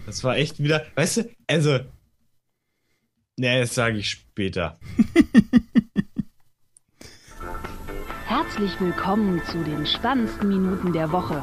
Das war echt wieder, weißt du, also, ne, das sage ich später. Herzlich willkommen zu den spannendsten Minuten der Woche.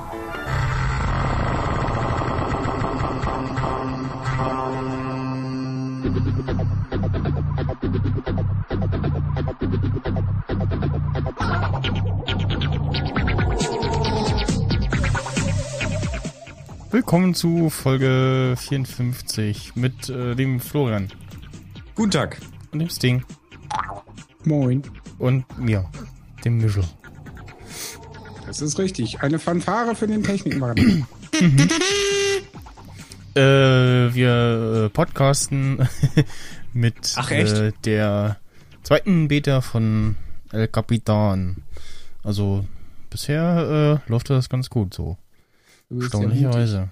Willkommen zu Folge 54 mit dem Florian. Guten Tag. Und dem Sting. Moin. Und mir, dem Michel. Das ist richtig. Eine Fanfare für den Technikmann. Wir podcasten mit der zweiten Beta von El Capitan. Also bisher läuft das ganz gut so. Erstaunlicherweise.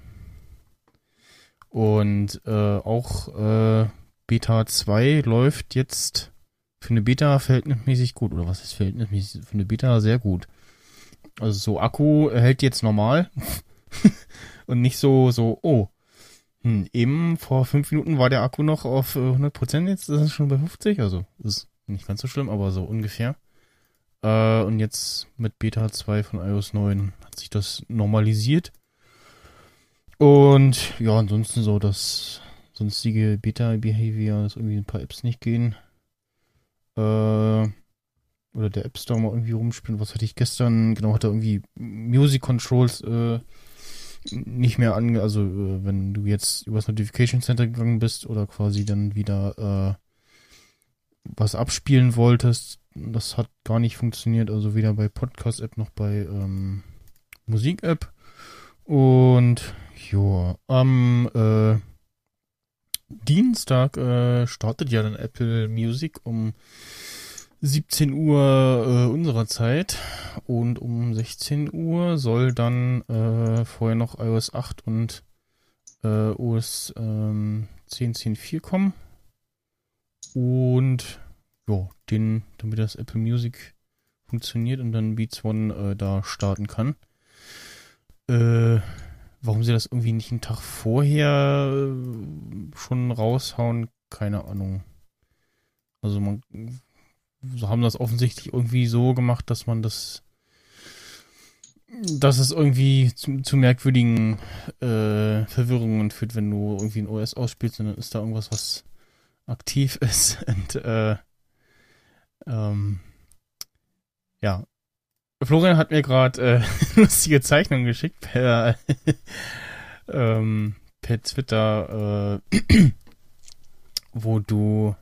Und auch Beta 2 läuft jetzt für eine Beta verhältnismäßig gut. Oder was ist verhältnismäßig? Für eine Beta sehr gut. Also so Akku hält jetzt normal. Und nicht so, eben vor 5 Minuten war der Akku noch auf 100%, jetzt ist es schon bei 50, also ist nicht ganz so schlimm, aber so ungefähr. Und jetzt mit Beta 2 von iOS 9 hat sich das normalisiert. Und ja, ansonsten so das sonstige Beta-Behavior, dass irgendwie ein paar Apps nicht gehen. Oder der App Store mal irgendwie rumspielen. Was hatte ich gestern? Genau, hatte irgendwie Music Controls nicht mehr also wenn du jetzt übers Notification Center gegangen bist oder quasi dann wieder was abspielen wolltest, das hat gar nicht funktioniert, also weder bei Podcast-App noch bei Musik-App. Und ja, am Dienstag startet ja dann Apple Music um 17 Uhr unserer Zeit und um 16 Uhr soll dann vorher noch iOS 8 und OS 10.10.4 kommen. Und ja, damit das Apple Music funktioniert und dann Beats One da starten kann. Warum sie das irgendwie nicht einen Tag vorher schon raushauen, keine Ahnung. Also so haben das offensichtlich irgendwie so gemacht, dass es irgendwie zu merkwürdigen Verwirrungen führt, wenn du irgendwie ein OS ausspielst und dann ist da irgendwas, was aktiv ist. Und ja. Florian hat mir gerade lustige Zeichnungen geschickt per Twitter, wo du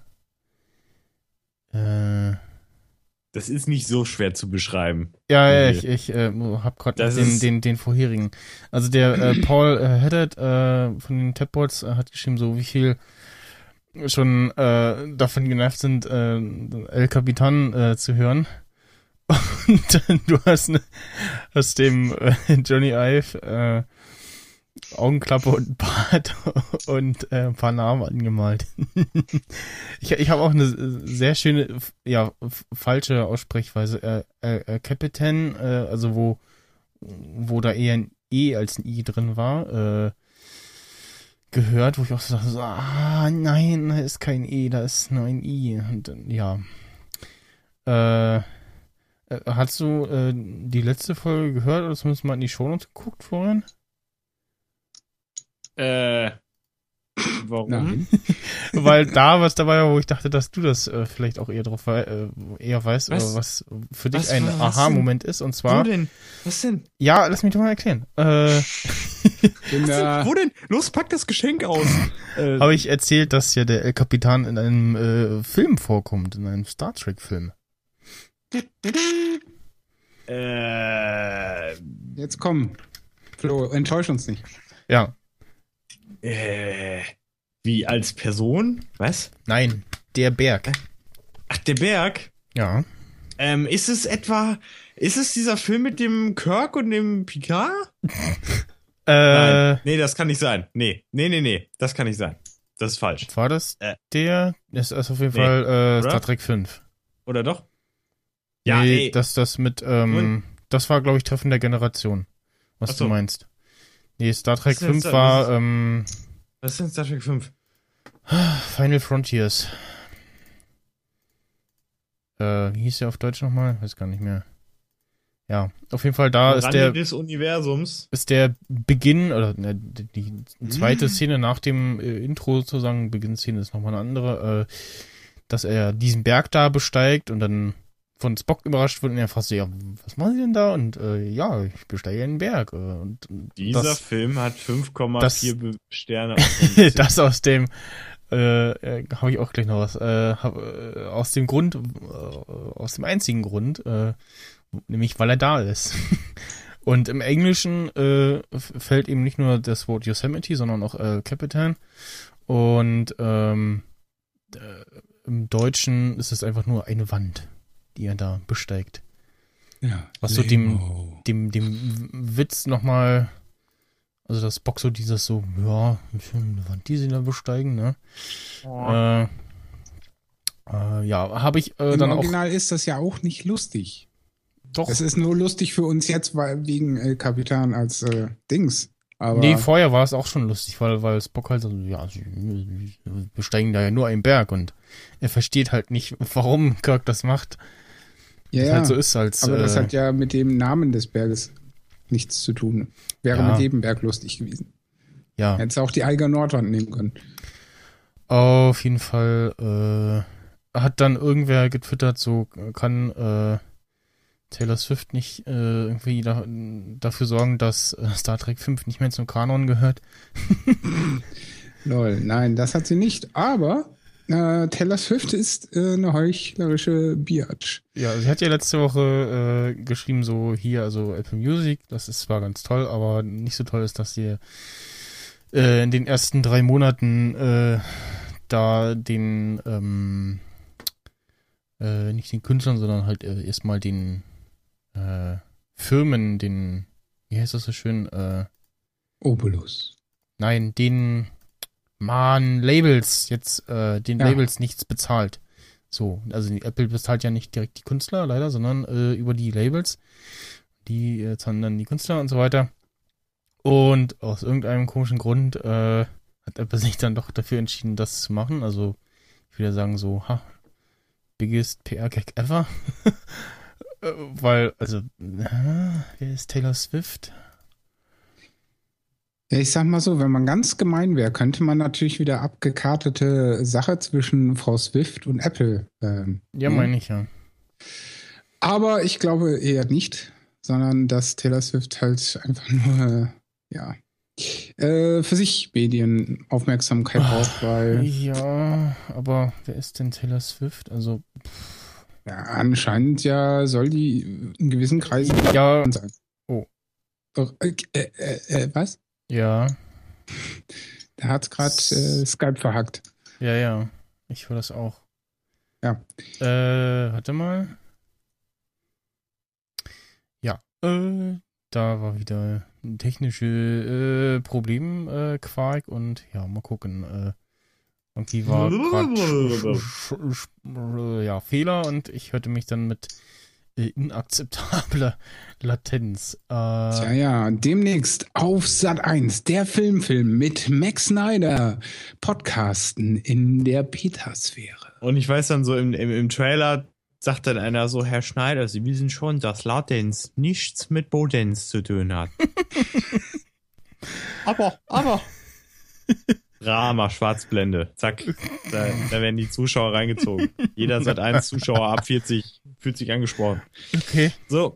Das ist nicht so schwer zu beschreiben. Ja, ich habe gerade den vorherigen. Also der Paul Haddad von den Tapboards hat geschrieben, so wie viel schon davon genervt sind, El Capitan zu hören. Und du hast dem Johnny Ive Augenklappe und Bart und ein paar Namen angemalt. Ich habe auch eine sehr schöne, falsche Aussprechweise. Captain, also wo da eher ein E als ein I drin war, gehört, wo ich auch so dachte, nein, da ist kein E, da ist nur ein I. Und ja. Hast du die letzte Folge gehört oder zumindest mal in die Shownotes geguckt, Florian? Warum? Nein. Weil da was dabei war, wo ich dachte, dass du das vielleicht auch eher eher weißt, oder was für dich ein Aha-Moment ist. Und zwar. Wo denn? Was denn? Ja, lass mich doch mal erklären. Wo denn? Los, pack das Geschenk aus. Habe ich erzählt, dass ja der El Capitan in einem Film vorkommt, in einem Star Trek-Film. Jetzt komm. Flo, enttäusch uns nicht. Ja. Wie als Person? Was? Nein, der Berg. Ach, der Berg? Ja. Ist es dieser Film mit dem Kirk und dem Picard? Nein. Nee, das kann nicht sein. Nee, das kann nicht sein. Das ist falsch. War das der? Das ist auf jeden Fall Star Trek 5. Oder doch? Ja, nee, das mit, das war, glaube ich, Treffen der Generation. Was du meinst. Nee, Star Trek 5 war, Was ist denn Star Trek 5? Final Frontiers. Wie hieß der auf Deutsch nochmal? Weiß gar nicht mehr. Ja, auf jeden Fall da ist der des Universums. Ist der Beginn, oder die zweite Szene nach dem Intro sozusagen, Beginnszene ist nochmal eine andere, dass er diesen Berg da besteigt und dann von Spock überrascht wird und er fragt so, ja, was machen Sie denn da? Und ja, ich besteige einen Berg. Und dieser Film hat 5,4 Sterne. Das aus dem habe ich auch gleich noch was. Aus dem Grund, aus dem einzigen Grund, nämlich weil er da ist. Und im Englischen fällt eben nicht nur das Wort Yosemite, sondern auch Capitan. Und im Deutschen ist es einfach nur eine Wand, die er da besteigt. Ja. Was so dem Witz nochmal, also das Bock so dieses so, ja, eine Wand, die sie da besteigen, ne? Ja, habe ich Im dann Original ist das ja auch nicht lustig. Doch. Es ist nur lustig für uns jetzt, weil wegen Kapitan als Dings. Aber Nee, vorher war es auch schon lustig, weil Spock halt so, ja, sie besteigen da ja nur einen Berg und er versteht halt nicht, warum Kirk das macht. ja, Das halt so ist als. aber das hat ja mit dem Namen des Berges nichts zu tun. Wäre mit jedem Berg lustig gewesen. Ja. Hättest auch die Eiger Nordwand nehmen können. Auf jeden Fall hat dann irgendwer getwittert, so kann Taylor Swift nicht irgendwie dafür sorgen, dass Star Trek 5 nicht mehr zum Kanon gehört. Lol, nein, das hat sie nicht. Aber Taylor Swift ist eine heuchlerische Biatch. Ja, sie hat ja letzte Woche geschrieben, so hier, also Apple Music, das ist zwar ganz toll, aber nicht so toll ist, dass sie in den ersten 3 Monaten da den nicht den Künstlern, sondern halt erstmal den Firmen, den, wie heißt das so schön? Obolus. Nein, den Labels jetzt Labels nichts bezahlt. So, also Apple bezahlt ja nicht direkt die Künstler, leider, sondern über die Labels. Die zahlen dann die Künstler und so weiter. Und aus irgendeinem komischen Grund hat Apple sich dann doch dafür entschieden, das zu machen. Also, ich würde sagen so, biggest PR-Gag ever. Weil, also, wer ist Taylor Swift? Ja, ich sag mal so, wenn man ganz gemein wäre, könnte man natürlich wieder abgekartete Sache zwischen Frau Swift und Apple. Ja, meine ich, ja. Aber ich glaube eher nicht, sondern dass Taylor Swift halt einfach nur, für sich Medienaufmerksamkeit braucht, weil... Ja, aber wer ist denn Taylor Swift? Also... Ja, anscheinend soll die in gewissen Kreisen sein. Oh. Was? Ja. Da hat's gerade Skype verhackt. Ja. Ich höre das auch. Ja. Warte mal. Ja. Da war wieder ein technische Problemquark und ja, mal gucken. Irgendwie war gerade Fehler und ich hörte mich dann mit inakzeptabler Latenz. Demnächst auf Sat.1 der Filmfilm mit Max Snyder. Podcasten in der Petasphäre. Und ich weiß dann so im Trailer sagt dann einer so, Herr Schneider, Sie wissen schon, dass Latenz nichts mit Potenz zu tun hat. aber. Drama, Schwarzblende. Zack. Da werden die Zuschauer reingezogen. Jeder Sat.1 Zuschauer ab 40 fühlt sich angesprochen. Okay. So.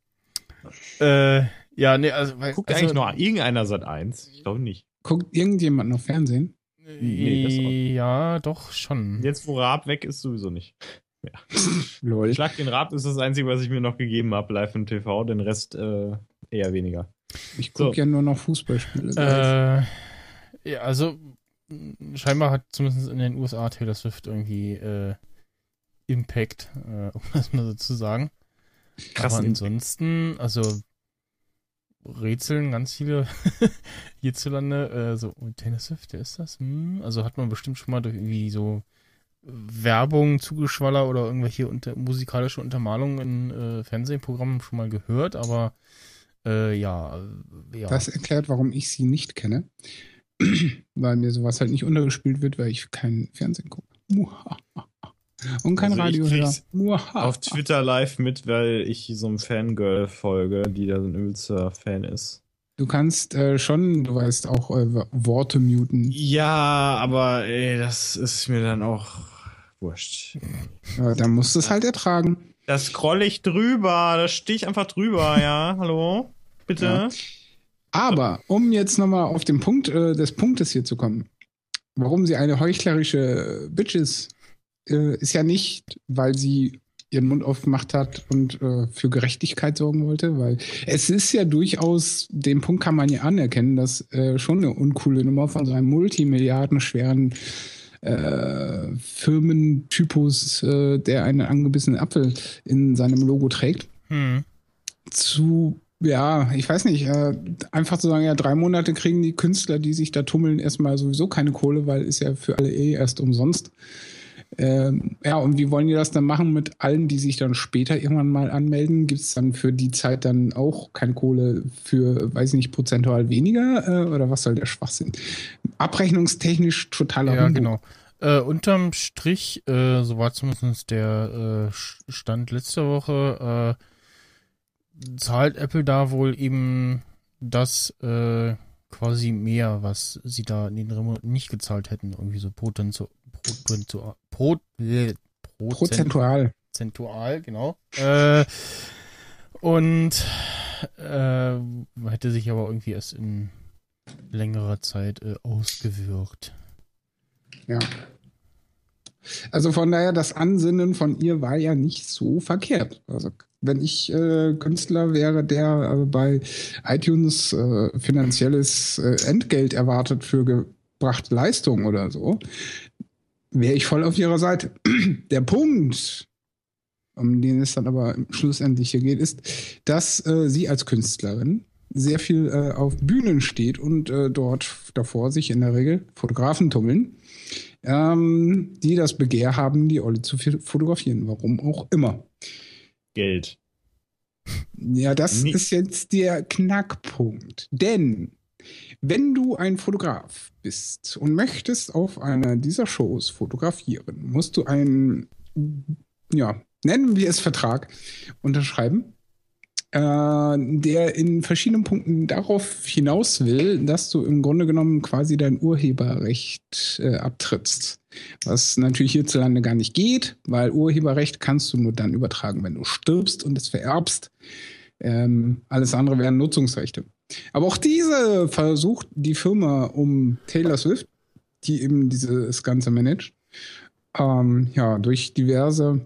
Ja, nee, also... Guckt eigentlich noch irgendeiner Sat.1? Ich glaube nicht. Guckt irgendjemand noch Fernsehen? Nee, ja, doch, schon. Jetzt, wo Raab weg ist, sowieso nicht. Ja. Lol. Schlag den Raab ist das Einzige, was ich mir noch gegeben habe, live im TV. Den Rest eher weniger. Ich gucke ja nur noch Fußballspiele. Ja, also scheinbar hat zumindest in den USA Taylor Swift irgendwie Impact, um das mal so zu sagen. Krass. Aber ansonsten, also rätseln ganz viele hierzulande, so, Taylor Swift, wer ist das? Also hat man bestimmt schon mal durch irgendwie so Werbung, Zugeschwaller oder irgendwelche musikalische Untermalungen in Fernsehprogrammen schon mal gehört, aber ja. Das erklärt, warum ich sie nicht kenne. weil mir sowas halt nicht untergespielt wird, weil ich kein Fernsehen gucke. Und kein Also Radio ich höre. krieg's auf Twitter live mit, weil ich so einem Fangirl folge, die da so ein übelster Fan ist. Du kannst schon, du weißt auch Worte muten. Ja, aber das ist mir dann auch wurscht. Ja, dann musst du es halt ertragen. Da scroll ich drüber, da stehe ich einfach drüber, ja. Hallo? Bitte? Ja. Aber, um jetzt nochmal auf den Punkt des Punktes hier zu kommen, warum sie eine heuchlerische Bitch ist ja nicht, weil sie ihren Mund aufgemacht hat und für Gerechtigkeit sorgen wollte, weil es ist ja durchaus, den Punkt kann man ja anerkennen, dass schon eine uncoole Nummer von so einem multimilliardenschweren Firmentypus, der einen angebissenen Apfel in seinem Logo trägt, ja, ich weiß nicht, einfach zu sagen, ja, 3 Monate kriegen die Künstler, die sich da tummeln, erstmal sowieso keine Kohle, weil ist ja für alle erst umsonst. Ja, und wie wollen die das dann machen mit allen, die sich dann später irgendwann mal anmelden? Gibt es dann für die Zeit dann auch keine Kohle für, weiß ich nicht, prozentual weniger? Oder was soll der Schwachsinn? Abrechnungstechnisch totaler Humbug. Ja, genau. Unterm Strich, so war zumindest der Stand letzte Woche, zahlt Apple da wohl eben das quasi mehr, was sie da in den Monaten nicht gezahlt hätten. Irgendwie so prozentual, genau. Und hätte sich aber irgendwie erst in längerer Zeit ausgewirkt. Ja. Also von daher, das Ansinnen von ihr war ja nicht so verkehrt. Also wenn ich Künstler wäre, der bei iTunes finanzielles Entgelt erwartet für gebrachte Leistung oder so, wäre ich voll auf ihrer Seite. Der Punkt, um den es dann aber schlussendlich hier geht, ist, dass sie als Künstlerin sehr viel auf Bühnen steht und dort davor sich in der Regel Fotografen tummeln, die das Begehr haben, die Olle zu fotografieren. Warum auch immer. Geld. Ja, das ist jetzt der Knackpunkt. Denn wenn du ein Fotograf bist und möchtest auf einer dieser Shows fotografieren, musst du einen, ja, nennen wir es Vertrag, unterschreiben, der in verschiedenen Punkten darauf hinaus will, dass du im Grunde genommen quasi dein Urheberrecht abtrittst. Was natürlich hierzulande gar nicht geht, weil Urheberrecht kannst du nur dann übertragen, wenn du stirbst und es vererbst. Alles andere wären Nutzungsrechte. Aber auch diese versucht die Firma um Taylor Swift, die eben dieses Ganze managt, ja, durch diverse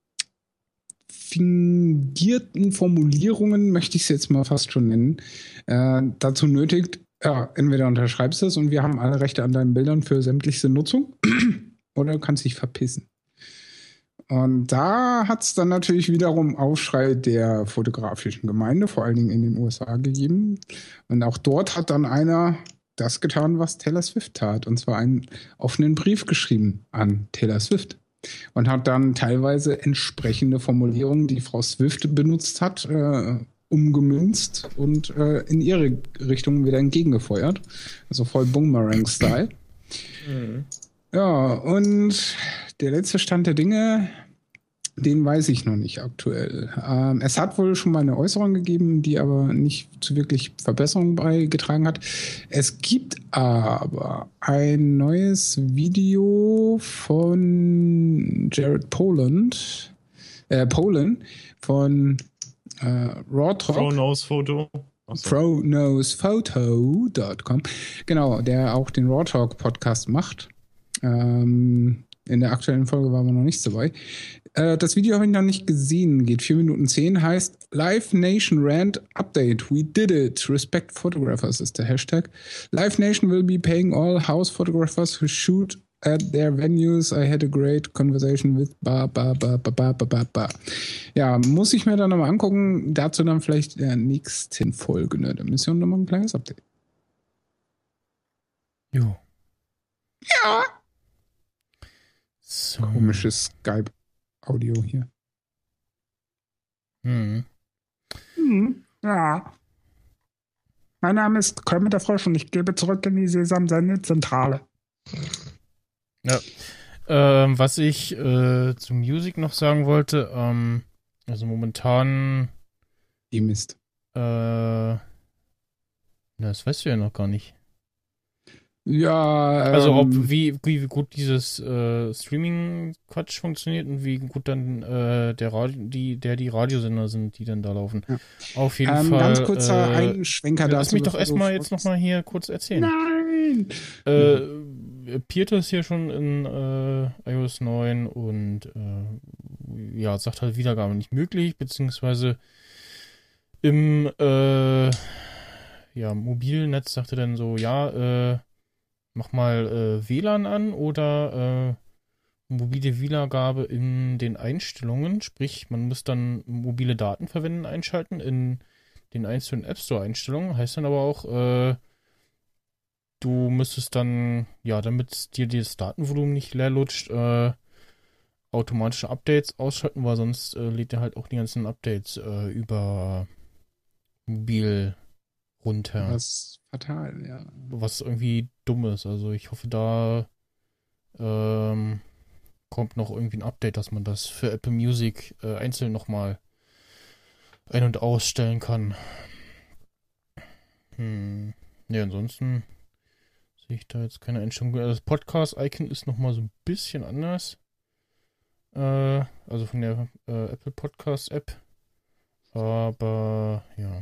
fingierten Formulierungen, möchte ich es jetzt mal fast schon nennen, dazu nötigt, ja, entweder unterschreibst du es und wir haben alle Rechte an deinen Bildern für sämtliche Nutzung oder du kannst dich verpissen. Und da hat es dann natürlich wiederum Aufschrei der fotografischen Gemeinde, vor allen Dingen in den USA, gegeben. Und auch dort hat dann einer das getan, was Taylor Swift tat. Und zwar einen offenen Brief geschrieben an Taylor Swift. Und hat dann teilweise entsprechende Formulierungen, die Frau Swift benutzt hat, umgemünzt und in ihre Richtung wieder entgegengefeuert. Also voll Boomerang-Style. Mhm. Ja, und der letzte Stand der Dinge, den weiß ich noch nicht aktuell. Es hat wohl schon mal eine Äußerung gegeben, die aber nicht zu wirklich Verbesserungen beigetragen hat. Es gibt aber ein neues Video von Jared Polin von Raw Talk. ProKnowsPhoto.com. Genau, der auch den Raw Talk Podcast macht. In der aktuellen Folge waren wir noch nicht dabei. Das Video habe ich noch nicht gesehen. Geht 4 Minuten 10. Heißt Live Nation Rant Update. We did it. Respect photographers ist der Hashtag. Live Nation will be paying all house photographers who shoot at their venues. I had a great conversation with Ja, muss ich mir dann nochmal angucken. Dazu dann vielleicht in der nächsten Folge der Mission nochmal ein kleines Update. Jo. Ja. So. Komisches Skype-Audio hier. Mhm. Ja. Mein Name ist Kermit der Frosch und ich gebe zurück in die Sesam-Sendezentrale. Ja. Was ich zu Music noch sagen wollte, also momentan. Die Mist. Das weißt du ja noch gar nicht. Ja, also wie gut dieses Streaming-Quatsch funktioniert und wie gut dann die Radiosender sind, die dann da laufen. Ja. Auf jeden Fall. Ganz kurzer Einschwenker dazu. Lass mich doch erstmal jetzt nochmal hier kurz erzählen. Nein! Pietro ist hier schon in iOS 9 und sagt halt Wiedergabe nicht möglich, beziehungsweise im Mobilnetz sagte dann so, mach mal WLAN an oder mobile Wiedergabe in den Einstellungen, sprich, man muss dann mobile Daten verwenden, einschalten in den einzelnen App Store Einstellungen, heißt dann aber auch, du müsstest dann, damit dir das Datenvolumen nicht leer lutscht, automatische Updates ausschalten, weil sonst lädt er halt auch die ganzen Updates über mobil runter. Das ist fatal, ja. Was irgendwie dumm ist. Also ich hoffe, da kommt noch irgendwie ein Update, dass man das für Apple Music einzeln nochmal ein- und ausstellen kann. Ansonsten sehe ich da jetzt keine Einstellung. Das Podcast-Icon ist nochmal so ein bisschen anders. Also von der Apple Podcast-App. Aber,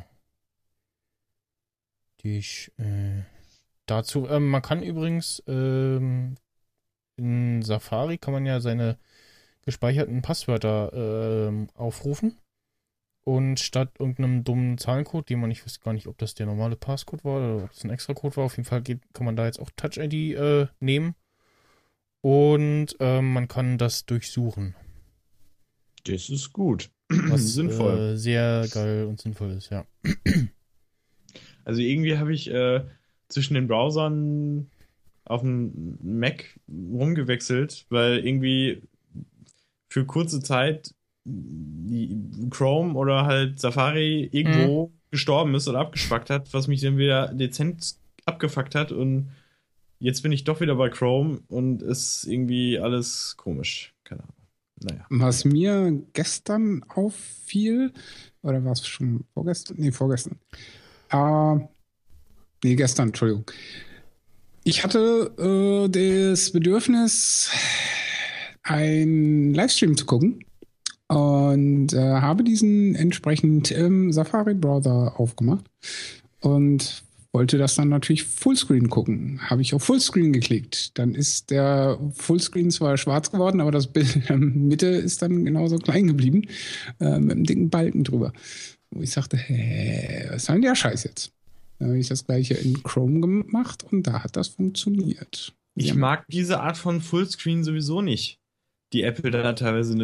dazu, man kann übrigens in Safari kann man ja seine gespeicherten Passwörter aufrufen und statt irgendeinem dummen Zahlencode, ich weiß gar nicht, ob das der normale Passcode war oder ob das ein extra Code war, auf jeden Fall kann man da jetzt auch Touch ID nehmen und man kann das durchsuchen. Das ist gut. Was sinnvoll. Sehr geil und sinnvoll ist, ja. Also irgendwie habe ich zwischen den Browsern auf dem Mac rumgewechselt, weil irgendwie für kurze Zeit die Chrome oder halt Safari irgendwo gestorben ist oder abgespackt hat, was mich dann wieder dezent abgefuckt hat und jetzt bin ich doch wieder bei Chrome und ist irgendwie alles komisch. Keine Ahnung. Naja. Was mir gestern auffiel, oder war es schon vorgestern? Nee, vorgestern. Gestern, Entschuldigung. Ich hatte das Bedürfnis, einen Livestream zu gucken und habe diesen entsprechend im Safari-Browser aufgemacht und wollte das dann natürlich Fullscreen gucken. Habe ich auf Fullscreen geklickt. Dann ist der Fullscreen zwar schwarz geworden, aber das Bild in der Mitte ist dann genauso klein geblieben, mit einem dicken Balken drüber. Wo ich sagte, was soll denn der Scheiß jetzt? Dann habe ich das gleiche in Chrome gemacht und da hat das funktioniert. Ich mag diese Art von Fullscreen sowieso nicht. Die Apple da teilweise,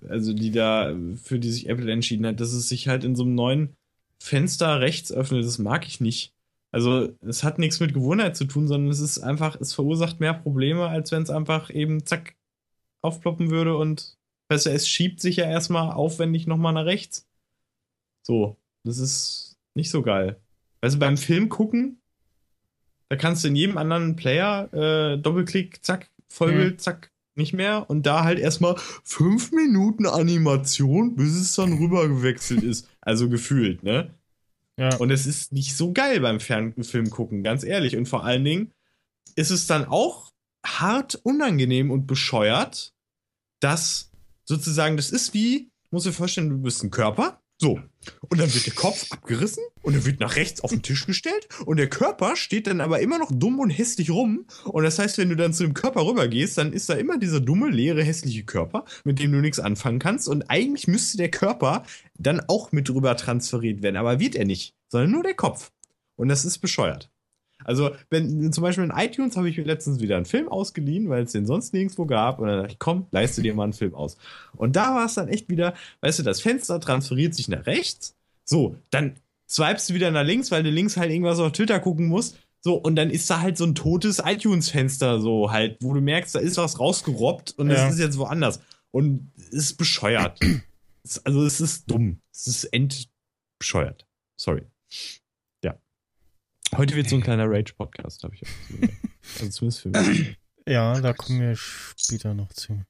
für die sich Apple entschieden hat, dass es sich halt in so einem neuen Fenster rechts öffnet. Das mag ich nicht. Also es hat nichts mit Gewohnheit zu tun, sondern es ist einfach, es verursacht mehr Probleme, als wenn es einfach eben zack aufploppen würde und es schiebt sich ja erstmal aufwendig nochmal nach rechts. So, das ist nicht so geil. Weißt du, beim Film gucken, da kannst du in jedem anderen Player Doppelklick, zack, Vollbild, zack, nicht mehr und da halt erstmal 5 Minuten Animation, bis es dann rüber gewechselt ist. Also gefühlt, ne? Ja. Und es ist nicht so geil beim Film gucken, ganz ehrlich. Und vor allen Dingen ist es dann auch hart unangenehm und bescheuert, dass sozusagen, das ist wie, musst du dir vorstellen, du bist ein Körper, so. Und dann wird der Kopf abgerissen und er wird nach rechts auf den Tisch gestellt und der Körper steht dann aber immer noch dumm und hässlich rum. Und das heißt, wenn du dann zu dem Körper rübergehst, dann ist da immer dieser dumme, leere, hässliche Körper, mit dem du nichts anfangen kannst. Und eigentlich müsste der Körper dann auch mit rüber transferiert werden. Aber wird er nicht, sondern nur der Kopf. Und das ist bescheuert. Also, wenn zum Beispiel in iTunes habe ich mir letztens wieder einen Film ausgeliehen, weil es den sonst nirgendwo gab. Und dann dachte ich, komm, leiste dir mal einen Film aus. Und da war es dann echt wieder, weißt du, das Fenster transferiert sich nach rechts. So, dann swipest du wieder nach links, weil du links halt irgendwas auf Twitter gucken musst. So, und dann ist da halt so ein totes iTunes-Fenster, so halt, wo du merkst, da ist was rausgerobbt und es ist jetzt woanders. Und es ist bescheuert. Also, es ist dumm. Es ist endbescheuert. Sorry. Heute wird so ein kleiner Rage-Podcast, habe ich auch gesehen. Also zumindest für mich. Ja, da kommen wir später noch zu.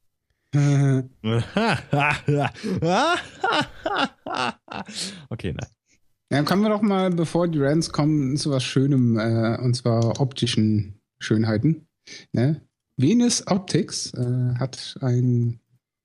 Okay, nein. Ja, kommen wir doch mal, bevor die Rants kommen, zu was Schönem, und zwar optischen Schönheiten. Ne? Venus Optics hat ein,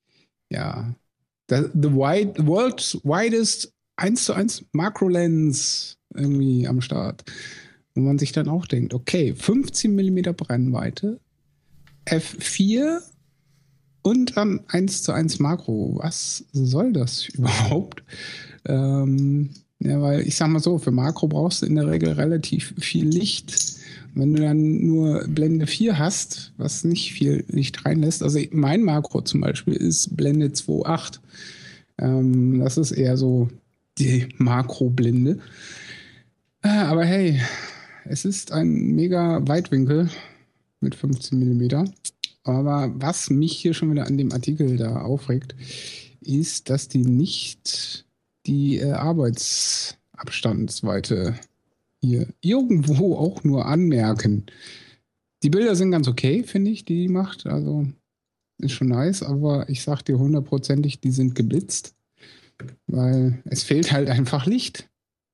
the world's widest 1:1 Makro-Lens irgendwie am Start. Wo man sich dann auch denkt, okay, 15 mm Brennweite, f4 und dann 1:1 Makro. Was soll das überhaupt? Ja, weil ich sag mal so, für Makro brauchst du in der Regel relativ viel Licht. Wenn du dann nur Blende 4 hast, was nicht viel Licht reinlässt, also mein Makro zum Beispiel ist Blende 2.8. Das ist eher so die Makroblende. Aber hey, es ist ein mega Weitwinkel mit 15 mm. Aber was mich hier schon wieder an dem Artikel da aufregt, ist, dass die nicht die Arbeitsabstandsweite hier irgendwo auch nur anmerken. Die Bilder sind ganz okay, finde ich, die macht. Also ist schon nice, aber ich sag dir hundertprozentig, die sind geblitzt, weil es fehlt halt einfach Licht.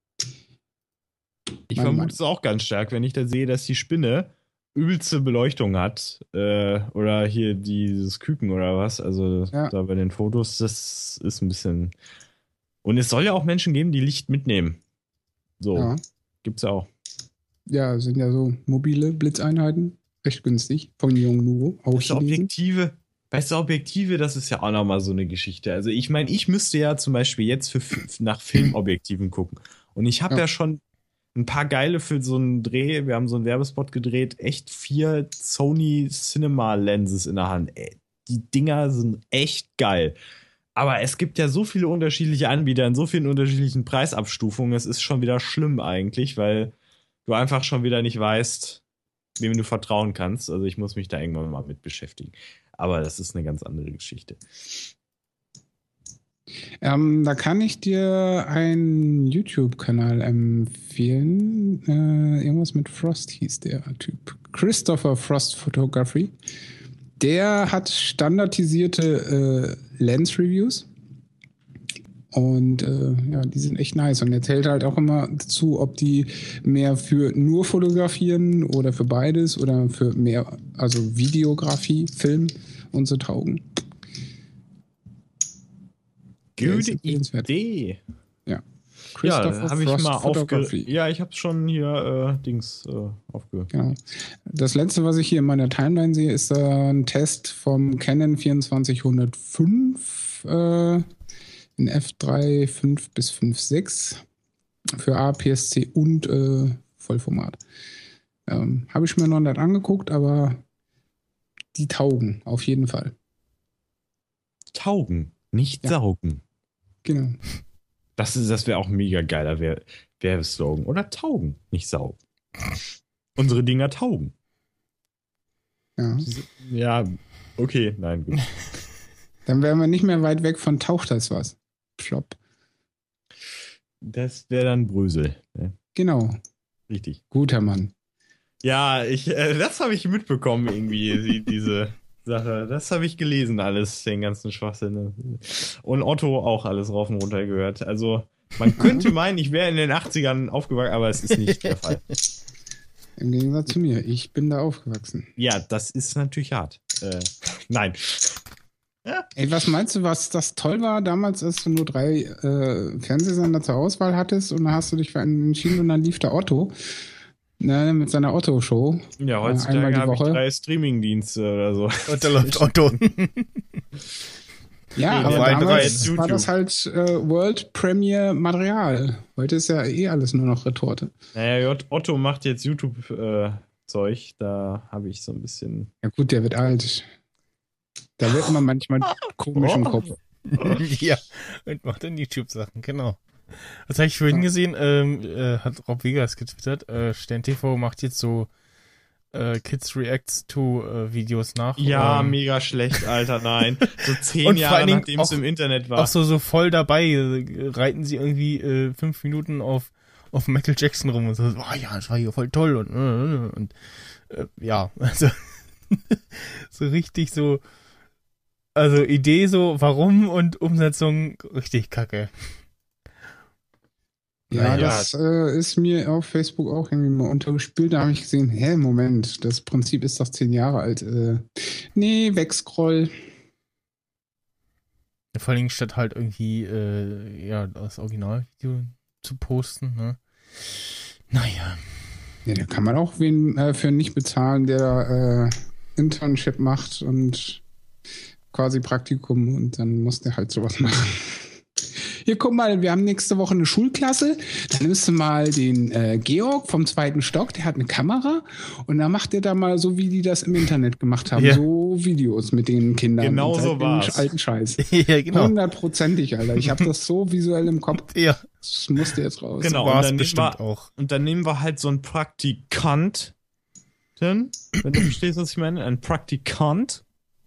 Ich vermute es auch ganz stark, wenn ich da sehe, dass die Spinne übelste Beleuchtung hat. Oder hier dieses Küken oder was. Also da bei den Fotos, das ist ein bisschen... Und es soll ja auch Menschen geben, die Licht mitnehmen. So, ja. Gibt's ja auch. Ja, sind ja so mobile Blitzeinheiten. Recht günstig. Von Yongnuo. Objektive, das ist ja auch nochmal so eine Geschichte. Also ich meine, ich müsste ja zum Beispiel jetzt nach Filmobjektiven gucken. Und ich habe ja schon ein paar geile für so einen Dreh. Wir haben so einen Werbespot gedreht. Echt 4 Sony Cinema Lenses in der Hand. Die Dinger sind echt geil. Aber es gibt ja so viele unterschiedliche Anbieter in so vielen unterschiedlichen Preisabstufungen. Es ist schon wieder schlimm eigentlich, weil du einfach schon wieder nicht weißt, wem du vertrauen kannst. Also ich muss mich da irgendwann mal mit beschäftigen. Aber das ist eine ganz andere Geschichte. Da kann ich dir einen YouTube-Kanal empfehlen. Irgendwas mit Frost hieß der Typ. Christopher Frost Photography. Der hat standardisierte Lens-Reviews und die sind echt nice und erzählt halt auch immer dazu, ob die mehr für nur Fotografieren oder für beides oder für mehr, also Videografie, Film und so taugen. Gute Idee. Ja. Ja, habe ich mal Ja, ich habe es schon hier aufgehört. Genau. Das letzte, was ich hier in meiner Timeline sehe, ist ein Test vom Canon 2405 in f3, 5 bis 5.6 für APS-C und Vollformat. Habe ich mir noch nicht angeguckt, aber die taugen auf jeden Fall. Taugen, nicht saugen. Genau. Das wäre auch ein mega geiler Werbeslogan. Oder taugen, nicht saugen. Unsere Dinger taugen. Ja. Ja, okay, nein, gut. Dann wären wir nicht mehr weit weg von taucht das was. Flop. Das wäre dann Brösel. Ne? Genau. Richtig. Guter Mann. Ja, das habe ich mitbekommen irgendwie, diese Sache. Das habe ich gelesen, alles, den ganzen Schwachsinn. Und Otto auch alles rauf und runter gehört. Also, man könnte meinen, ich wäre in den 80ern aufgewachsen, aber es ist nicht der Fall. Im Gegensatz zu mir. Ich bin da aufgewachsen. Ja, das ist natürlich hart. Nein. Ja. Ey, was meinst du, was das toll war damals, als du nur 3 Fernsehsender zur Auswahl hattest und dann hast du dich für einen entschieden und dann lief der Otto. Ne, mit seiner Otto-Show. Ja, heutzutage habe ich 3 Streaming-Dienste oder so. Und da läuft Otto. Ja, aber damals war das halt World Premiere Material. Heute ist ja alles nur noch Retorte. Naja, Otto macht jetzt YouTube-Zeug. Da habe ich so ein bisschen... Ja gut, der wird alt. Da wird man manchmal komisch im Kopf. Ja, und macht dann YouTube-Sachen, genau. Das habe ich vorhin gesehen, hat Rob Vegas getwittert, Stern TV macht jetzt so Kids Reacts to Videos nach. Ja, mega schlecht, Alter, nein. So 10 Jahre, nachdem es im Internet war. Auch so voll dabei, reiten sie irgendwie 5 Minuten auf auf Michael Jackson rum und so, oh ja, das war hier voll toll und ja, also so richtig so, also Idee so, warum und Umsetzung richtig kacke. Ja, das ist mir auf Facebook auch irgendwie mal untergespielt. Da habe ich gesehen, Moment, das Prinzip ist doch 10 Jahre alt. Nee, wegscroll. Vor allem statt halt irgendwie, das Originalvideo zu posten, ne? Naja. Ja, da kann man auch wen für nicht bezahlen, der Internship macht und quasi Praktikum und dann muss der halt sowas machen. Hier, guck mal, wir haben nächste Woche eine Schulklasse. Dann nimmst du mal den Georg vom 2. Stock, der hat eine Kamera und dann macht der da mal so, wie die das im Internet gemacht haben, so Videos mit den Kindern. Genau so war's. Alten Scheiß. Ja, genau. 100%ig, Alter. Ich habe das so visuell im Kopf. Ja. Das musste jetzt raus. Genau, so und dann, bestimmt auch. Und dann nehmen wir halt so einen Praktikanten, wenn du verstehst, was ich meine. Ein Praktikant.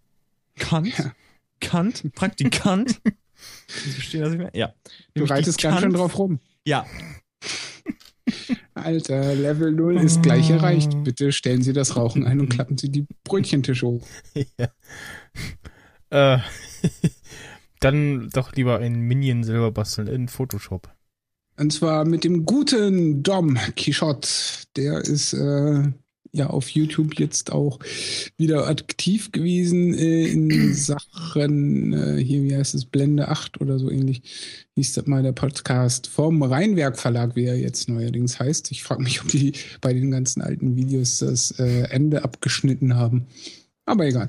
Praktikant. Ich verstehe, was ich meine. Ja. Du reitest ganz schön drauf rum. Ja. Alter, Level 0 ist gleich erreicht. Bitte stellen Sie das Rauchen ein und klappen Sie die Brötchentische hoch. Ja. Dann doch lieber ein Minion selber basteln in Photoshop. Und zwar mit dem guten Dom Quixote. Der ist auf YouTube jetzt auch wieder aktiv gewesen in Sachen, hier, wie heißt es, Blende 8 oder so ähnlich, hieß das mal der Podcast vom Rheinwerk Verlag, wie er jetzt neuerdings heißt. Ich frage mich, ob die bei den ganzen alten Videos das Ende abgeschnitten haben. Aber egal.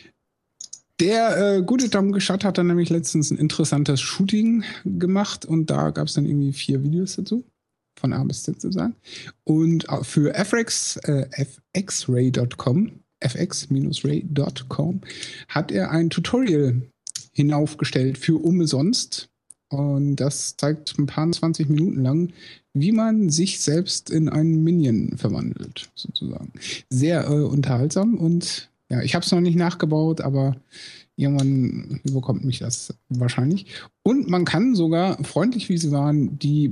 Der gute Dom Quixote hat dann nämlich letztens ein interessantes Shooting gemacht und da gab es dann irgendwie 4 Videos dazu. Von A bis Z sozusagen. Und für fxray.com, fx-ray.com, hat er ein Tutorial hinaufgestellt für umsonst. Und das zeigt ein paar 20 Minuten lang, wie man sich selbst in einen Minion verwandelt, sozusagen. Sehr unterhaltsam und ja, ich habe es noch nicht nachgebaut, aber irgendwann überkommt mich das wahrscheinlich. Und man kann sogar, freundlich wie sie waren, die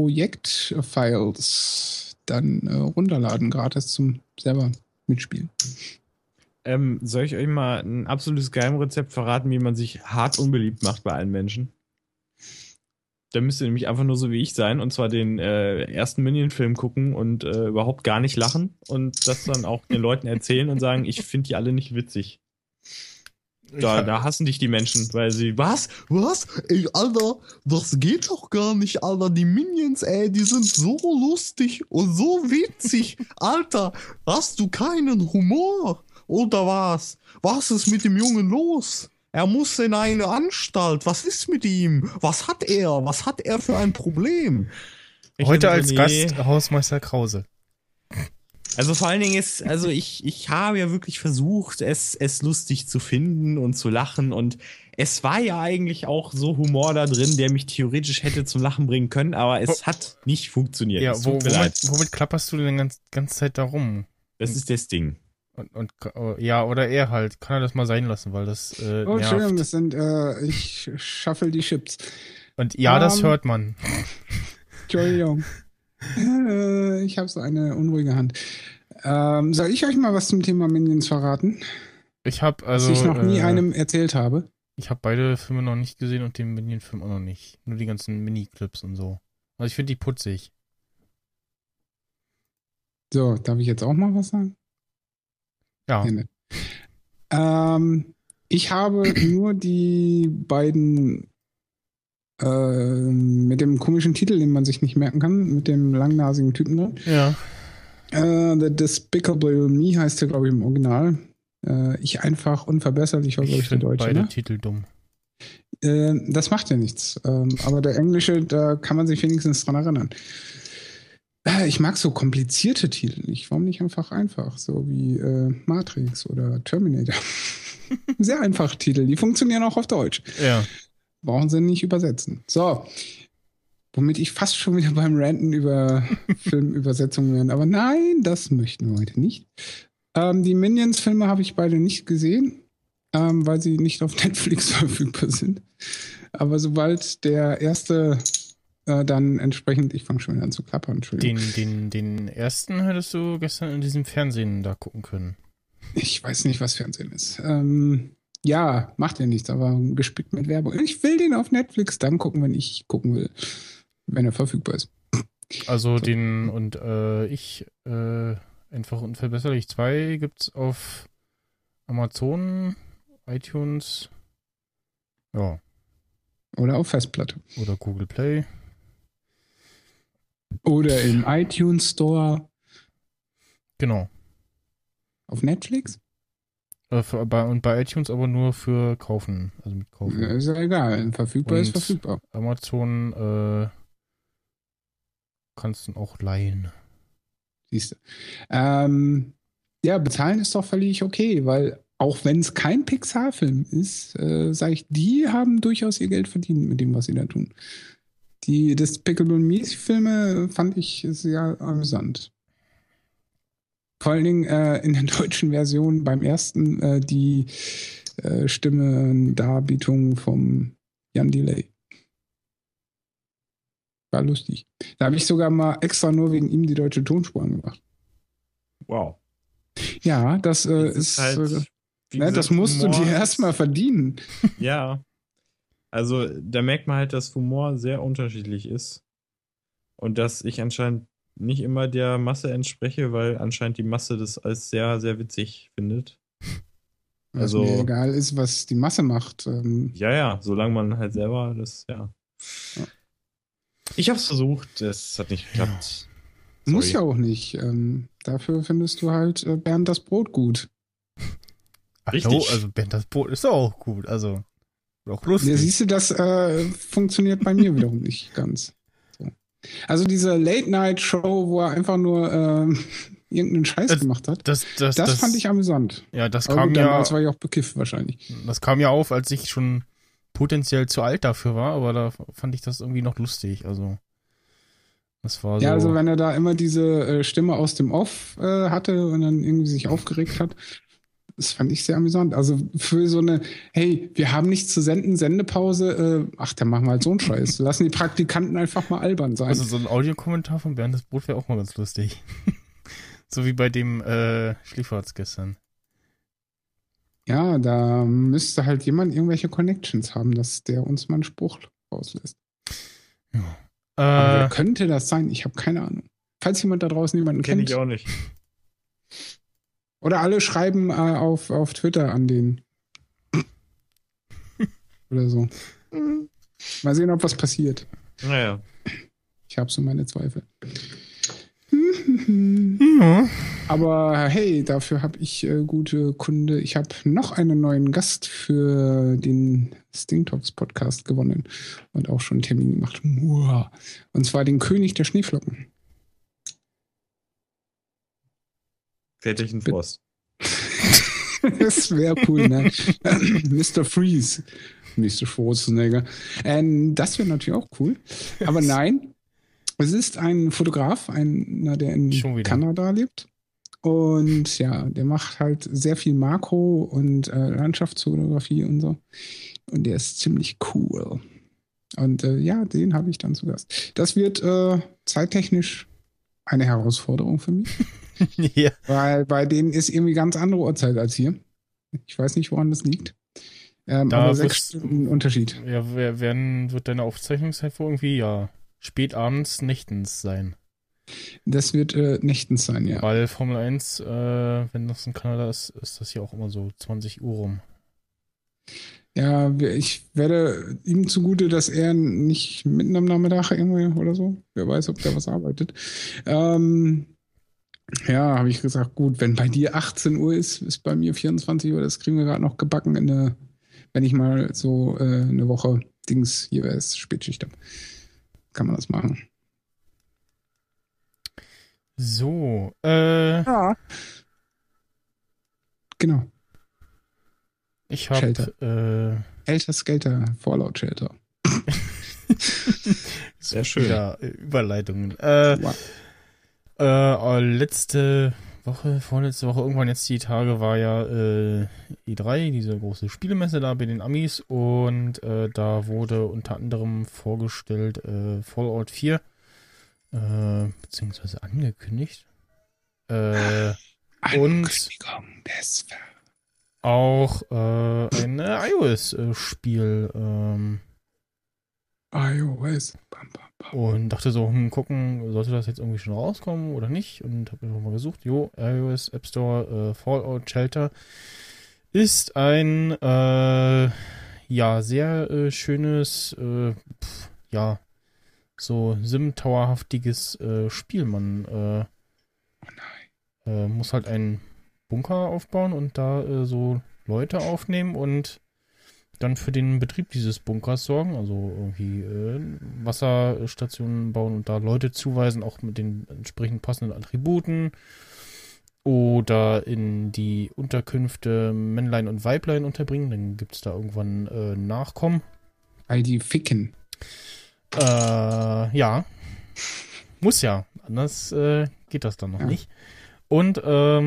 Projektfiles dann runterladen, gratis zum selber mitspielen. Soll ich euch mal ein absolutes Geheimrezept verraten, wie man sich hart unbeliebt macht bei allen Menschen? Da müsst ihr nämlich einfach nur so wie ich sein und zwar den ersten Minion-Film gucken und überhaupt gar nicht lachen und das dann auch den Leuten erzählen und sagen, ich finde die alle nicht witzig. Da hassen dich die Menschen, weil sie, was? Ey, Alter, das geht doch gar nicht, Alter. Die Minions, ey, die sind so lustig und so witzig. Alter, hast du keinen Humor? Oder was? Was ist mit dem Jungen los? Er muss in eine Anstalt. Was ist mit ihm? Was hat er? Was hat er für ein Problem? Heute als Gast Hausmeister Krause. Also vor allen Dingen ist, also ich habe ja wirklich versucht, es lustig zu finden und zu lachen und es war ja eigentlich auch so Humor da drin, der mich theoretisch hätte zum Lachen bringen können, aber es hat nicht funktioniert. Ja, womit klapperst du denn die ganze Zeit da rum? Das ist das Ding. Und ja, oder er halt. Kann er das mal sein lassen, weil das Entschuldigung, das sind, ich shuffle die Chips. Und ja, das hört man. Entschuldigung. Ich habe so eine unruhige Hand. Soll ich euch mal was zum Thema Minions verraten? Was ich noch nie einem erzählt habe. Ich habe beide Filme noch nicht gesehen und den Minion-Film auch noch nicht. Nur die ganzen Mini-Clips und so. Also ich finde die putzig. So, darf ich jetzt auch mal was sagen? Ja. Ich habe nur die beiden mit dem komischen Titel, den man sich nicht merken kann, mit dem langnasigen Typen drin. Ja. The Despicable Me heißt der, glaube ich, im Original. Ich einfach unverbesserlich, war, glaube ich, der Deutsche. Beide Titel dumm. Das macht ja nichts. Aber der Englische, da kann man sich wenigstens dran erinnern. Ich mag so komplizierte Titel nicht. Warum nicht einfach? So wie Matrix oder Terminator. Sehr einfache Titel, die funktionieren auch auf Deutsch. Ja. Brauchen sie nicht übersetzen. So. Womit ich fast schon wieder beim Ranten über Filmübersetzungen wäre. Aber nein, das möchten wir heute nicht. Die Minions-Filme habe ich beide nicht gesehen, weil sie nicht auf Netflix verfügbar sind. Aber sobald der erste dann entsprechend, ich fange schon wieder an zu klappern, Entschuldigung. Den ersten hättest du gestern in diesem Fernsehen da gucken können. Ich weiß nicht, was Fernsehen ist. Ja, macht ja nichts, aber gespickt mit Werbung. Ich will den auf Netflix dann gucken, wenn ich gucken will. Wenn er verfügbar ist. Also so. Den und ich einfach unverbesserlich 2 gibt's auf Amazon, iTunes, ja. Oder auf Festplatte. Oder Google Play. Oder im iTunes Store. Genau. Auf Netflix? Und bei iTunes aber nur für kaufen. Also mit kaufen. Ja, ist ja egal. Verfügbar und ist verfügbar. Amazon kannst du auch leihen. Siehst du. Ja, bezahlen ist doch völlig okay, weil auch wenn es kein Pixar-Film ist, sage ich, die haben durchaus ihr Geld verdient mit dem, was sie da tun. Die Despicable Me-Filme fand ich sehr amüsant. Vor allen Dingen in der deutschen Version beim ersten die Stimmendarbietung vom Jan Delay. War lustig. Da habe ich sogar mal extra nur wegen ihm die deutsche Tonspur angemacht. Wow. Ja, das ist halt, gesagt, das musst Humor du dir erstmal verdienen. Ja. Also da merkt man halt, dass Humor sehr unterschiedlich ist. Und dass ich anscheinend nicht immer der Masse entspreche, weil anscheinend die Masse das als sehr, sehr witzig findet. Was mir egal ist, was die Masse macht. Ja, solange man halt selber das, ja. Ich hab's versucht, es hat nicht geklappt. Sorry. Muss ja auch nicht. Dafür findest du halt Bernd das Brot gut. Richtig. Also Bernd das Brot ist auch gut, also auch lustig. Ja, siehst du, das funktioniert bei mir wiederum nicht ganz. Also diese Late-Night-Show, wo er einfach nur irgendeinen Scheiß gemacht hat, das fand ich amüsant. Ja, das aber kam gut, ja... Damals war ich auch bekifft wahrscheinlich. Das kam ja auf, als ich schon potenziell zu alt dafür war, aber da fand ich das irgendwie noch lustig. Also das war so... Ja, also wenn er da immer diese Stimme aus dem Off hatte und dann irgendwie sich aufgeregt hat, das fand ich sehr amüsant. Also für so eine, hey, wir haben nichts zu senden, Sendepause, dann machen wir halt so einen Scheiß. Lassen die Praktikanten einfach mal albern sein. Also so ein Audiokommentar von Bernd das Brot wäre auch mal ganz lustig. So wie bei dem Schlieferarzt gestern. Ja, da müsste halt jemand irgendwelche Connections haben, dass der uns mal einen Spruch rauslässt. Ja. Aber wer könnte das sein? Ich habe keine Ahnung. Falls jemand da draußen jemanden kennt. Kenn ich auch nicht. Oder alle schreiben auf Twitter an den. Oder so. Mal sehen, ob was passiert. Naja. Ich habe so meine Zweifel. Ja. Aber hey, dafür habe ich gute Kunde. Ich habe noch einen neuen Gast für den Sting Talks Podcast gewonnen und auch schon einen Termin gemacht. Und zwar den König der Schneeflocken. Väterchen Frost. Das wäre cool, ne? Mr. Freeze. Mr. Schwarzenegger. Das wäre natürlich auch cool. Aber nein, es ist ein Fotograf, einer, der in Kanada lebt. Und ja, der macht halt sehr viel Makro- und Landschaftsfotografie und so. Und der ist ziemlich cool. Und ja, den habe ich dann zu Gast. Das wird zeittechnisch eine Herausforderung für mich. Ja. Weil bei denen ist irgendwie ganz andere Uhrzeit als hier. Ich weiß nicht, woran das liegt. Aber 6 Stunden Unterschied. Ja, wird deine Aufzeichnungszeit vor irgendwie spät abends, nächtens sein. Das wird nächtens sein, ja. Weil Formel 1, wenn das in Kanada ist, ist das hier auch immer so 20 Uhr rum. Ja, ich werde ihm zugute, dass er nicht mitten am Nachmittag irgendwie oder so, wer weiß, ob der was arbeitet. Ja, habe ich gesagt, gut, wenn bei dir 18 Uhr ist bei mir 24 Uhr, das kriegen wir gerade noch gebacken, wenn ich mal so eine Woche hier ist Spätschicht habe. Kann man das machen. So, ja. Genau. Ich habe Helter Skelter, Fallout Shelter. Sehr schön. Ja, Überleitungen. Letzte vorletzte Woche, irgendwann jetzt die Tage war ja E3, diese große Spielemesse da bei den Amis und da wurde unter anderem vorgestellt Fallout 4, beziehungsweise angekündigt. Und auch ein iOS-Spiel. iOS. Und dachte so, gucken, sollte das jetzt irgendwie schon rauskommen oder nicht? Und habe einfach mal gesucht. iOS App Store Fallout Shelter ist ein sehr schönes, so Sim-Tower-haftiges Spiel. Man muss halt einen Bunker aufbauen und da so Leute aufnehmen und dann für den Betrieb dieses Bunkers sorgen, also irgendwie Wasserstationen bauen und da Leute zuweisen, auch mit den entsprechend passenden Attributen oder in die Unterkünfte Männlein und Weiblein unterbringen, dann gibt es da irgendwann Nachkommen. All die ficken. Ja. Muss ja, anders geht das dann noch nicht. Und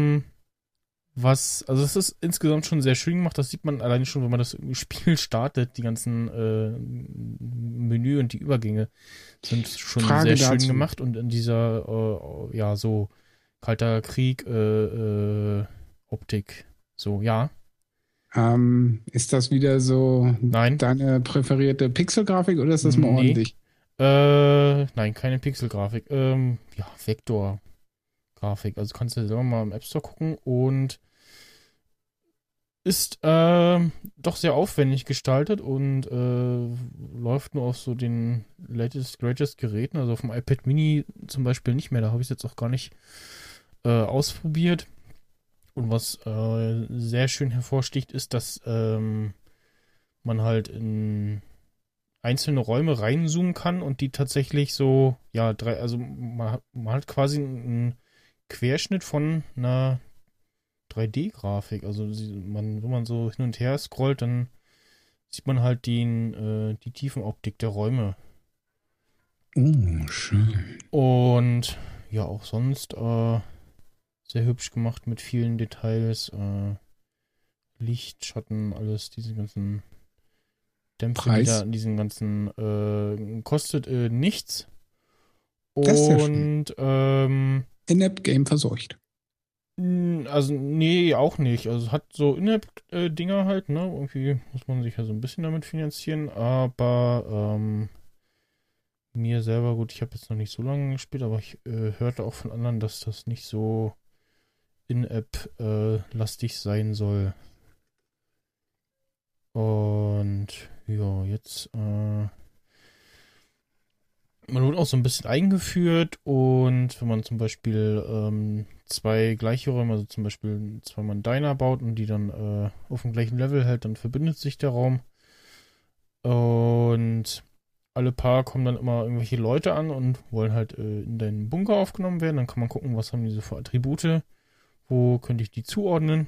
also es ist insgesamt schon sehr schön gemacht, das sieht man alleine schon, wenn man das Spiel startet, die ganzen Menü und die Übergänge sind schon sehr schön gemacht und in dieser so kalter Krieg Optik, so, ja. Ist das wieder so deine präferierte Pixelgrafik oder ist das mal ordentlich? Nein, keine Pixelgrafik, Vektorgrafik, also kannst du selber mal im App Store gucken und ist doch sehr aufwendig gestaltet und läuft nur auf so den latest, greatest Geräten, also auf dem iPad Mini zum Beispiel nicht mehr, da habe ich es jetzt auch gar nicht ausprobiert. Und was sehr schön hervorsticht, ist, dass man halt in einzelne Räume reinzoomen kann und die tatsächlich so, man hat quasi einen Querschnitt von einer 3D-Grafik. Also wenn man so hin und her scrollt, dann sieht man halt die Tiefenoptik der Räume. Oh, schön. Und ja, auch sonst sehr hübsch gemacht mit vielen Details. Licht, Schatten, alles, diese ganzen Dämpfe, die da in diesen ganzen kostet nichts. Und In-App-Game verseucht. Also, nee, auch nicht. Also, es hat so In-App-Dinger halt, ne? Irgendwie muss man sich ja so ein bisschen damit finanzieren, aber mir selber, gut, ich habe jetzt noch nicht so lange gespielt, aber ich hörte auch von anderen, dass das nicht so In-App-lastig sein soll. Und ja, jetzt man wird auch so ein bisschen eingeführt und wenn man zum Beispiel zwei gleiche Räume, also zum Beispiel zweimal einen Diner baut und die dann auf dem gleichen Level hält, dann verbindet sich der Raum und alle paar kommen dann immer irgendwelche Leute an und wollen halt in deinen Bunker aufgenommen werden. Dann kann man gucken, was haben die so für Attribute, wo könnte ich die zuordnen.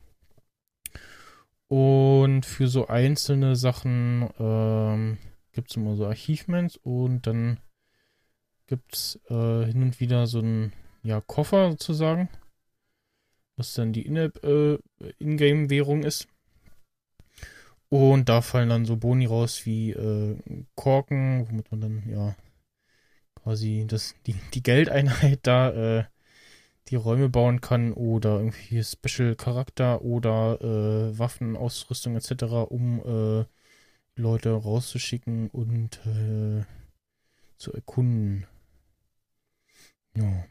Und für so einzelne Sachen gibt es immer so Achievements und dann gibt es hin und wieder so einen Koffer sozusagen, was dann die Ingame-Währung ist. Und da fallen dann so Boni raus wie Korken, womit man dann quasi die Geldeinheit da die Räume bauen kann oder irgendwie Special-Charakter oder Waffen, Ausrüstung etc., um Leute rauszuschicken und zu erkunden. Ja.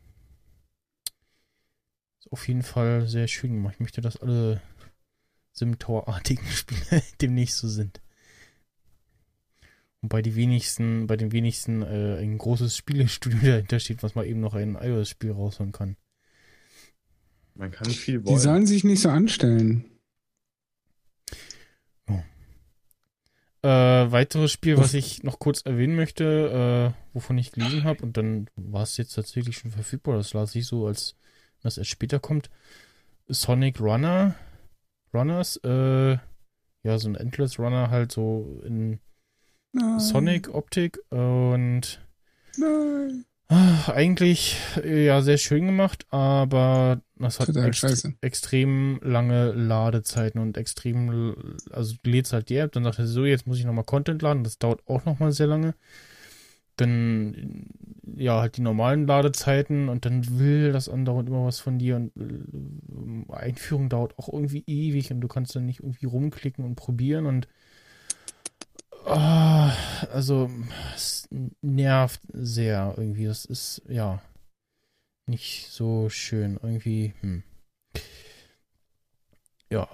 Ist auf jeden Fall sehr schön gemacht. Ich möchte, dass alle Sim-Tower-artigen Spiele demnächst so sind. Und bei den wenigsten ein großes Spielestudio dahinter steht, was mal eben noch ein iOS-Spiel raushauen kann. Man kann viel wollen. Die sollen sich nicht so anstellen. Weiteres Spiel, was ich noch kurz erwähnen möchte, wovon ich gelesen habe, und dann war es jetzt tatsächlich schon verfügbar, das las ich so, als das erst später kommt, Sonic Runners, so ein Endless Runner halt so in Sonic-Optik und Eigentlich ja sehr schön gemacht, aber das hat extrem lange Ladezeiten und also du lädst halt die App, dann sagt er so, jetzt muss ich nochmal Content laden, das dauert auch nochmal sehr lange. Dann ja halt die normalen Ladezeiten und dann will das andauernd immer was von dir und Einführung dauert auch irgendwie ewig und du kannst dann nicht irgendwie rumklicken und probieren und also es nervt sehr irgendwie. Das ist ja nicht so schön. Irgendwie, ja,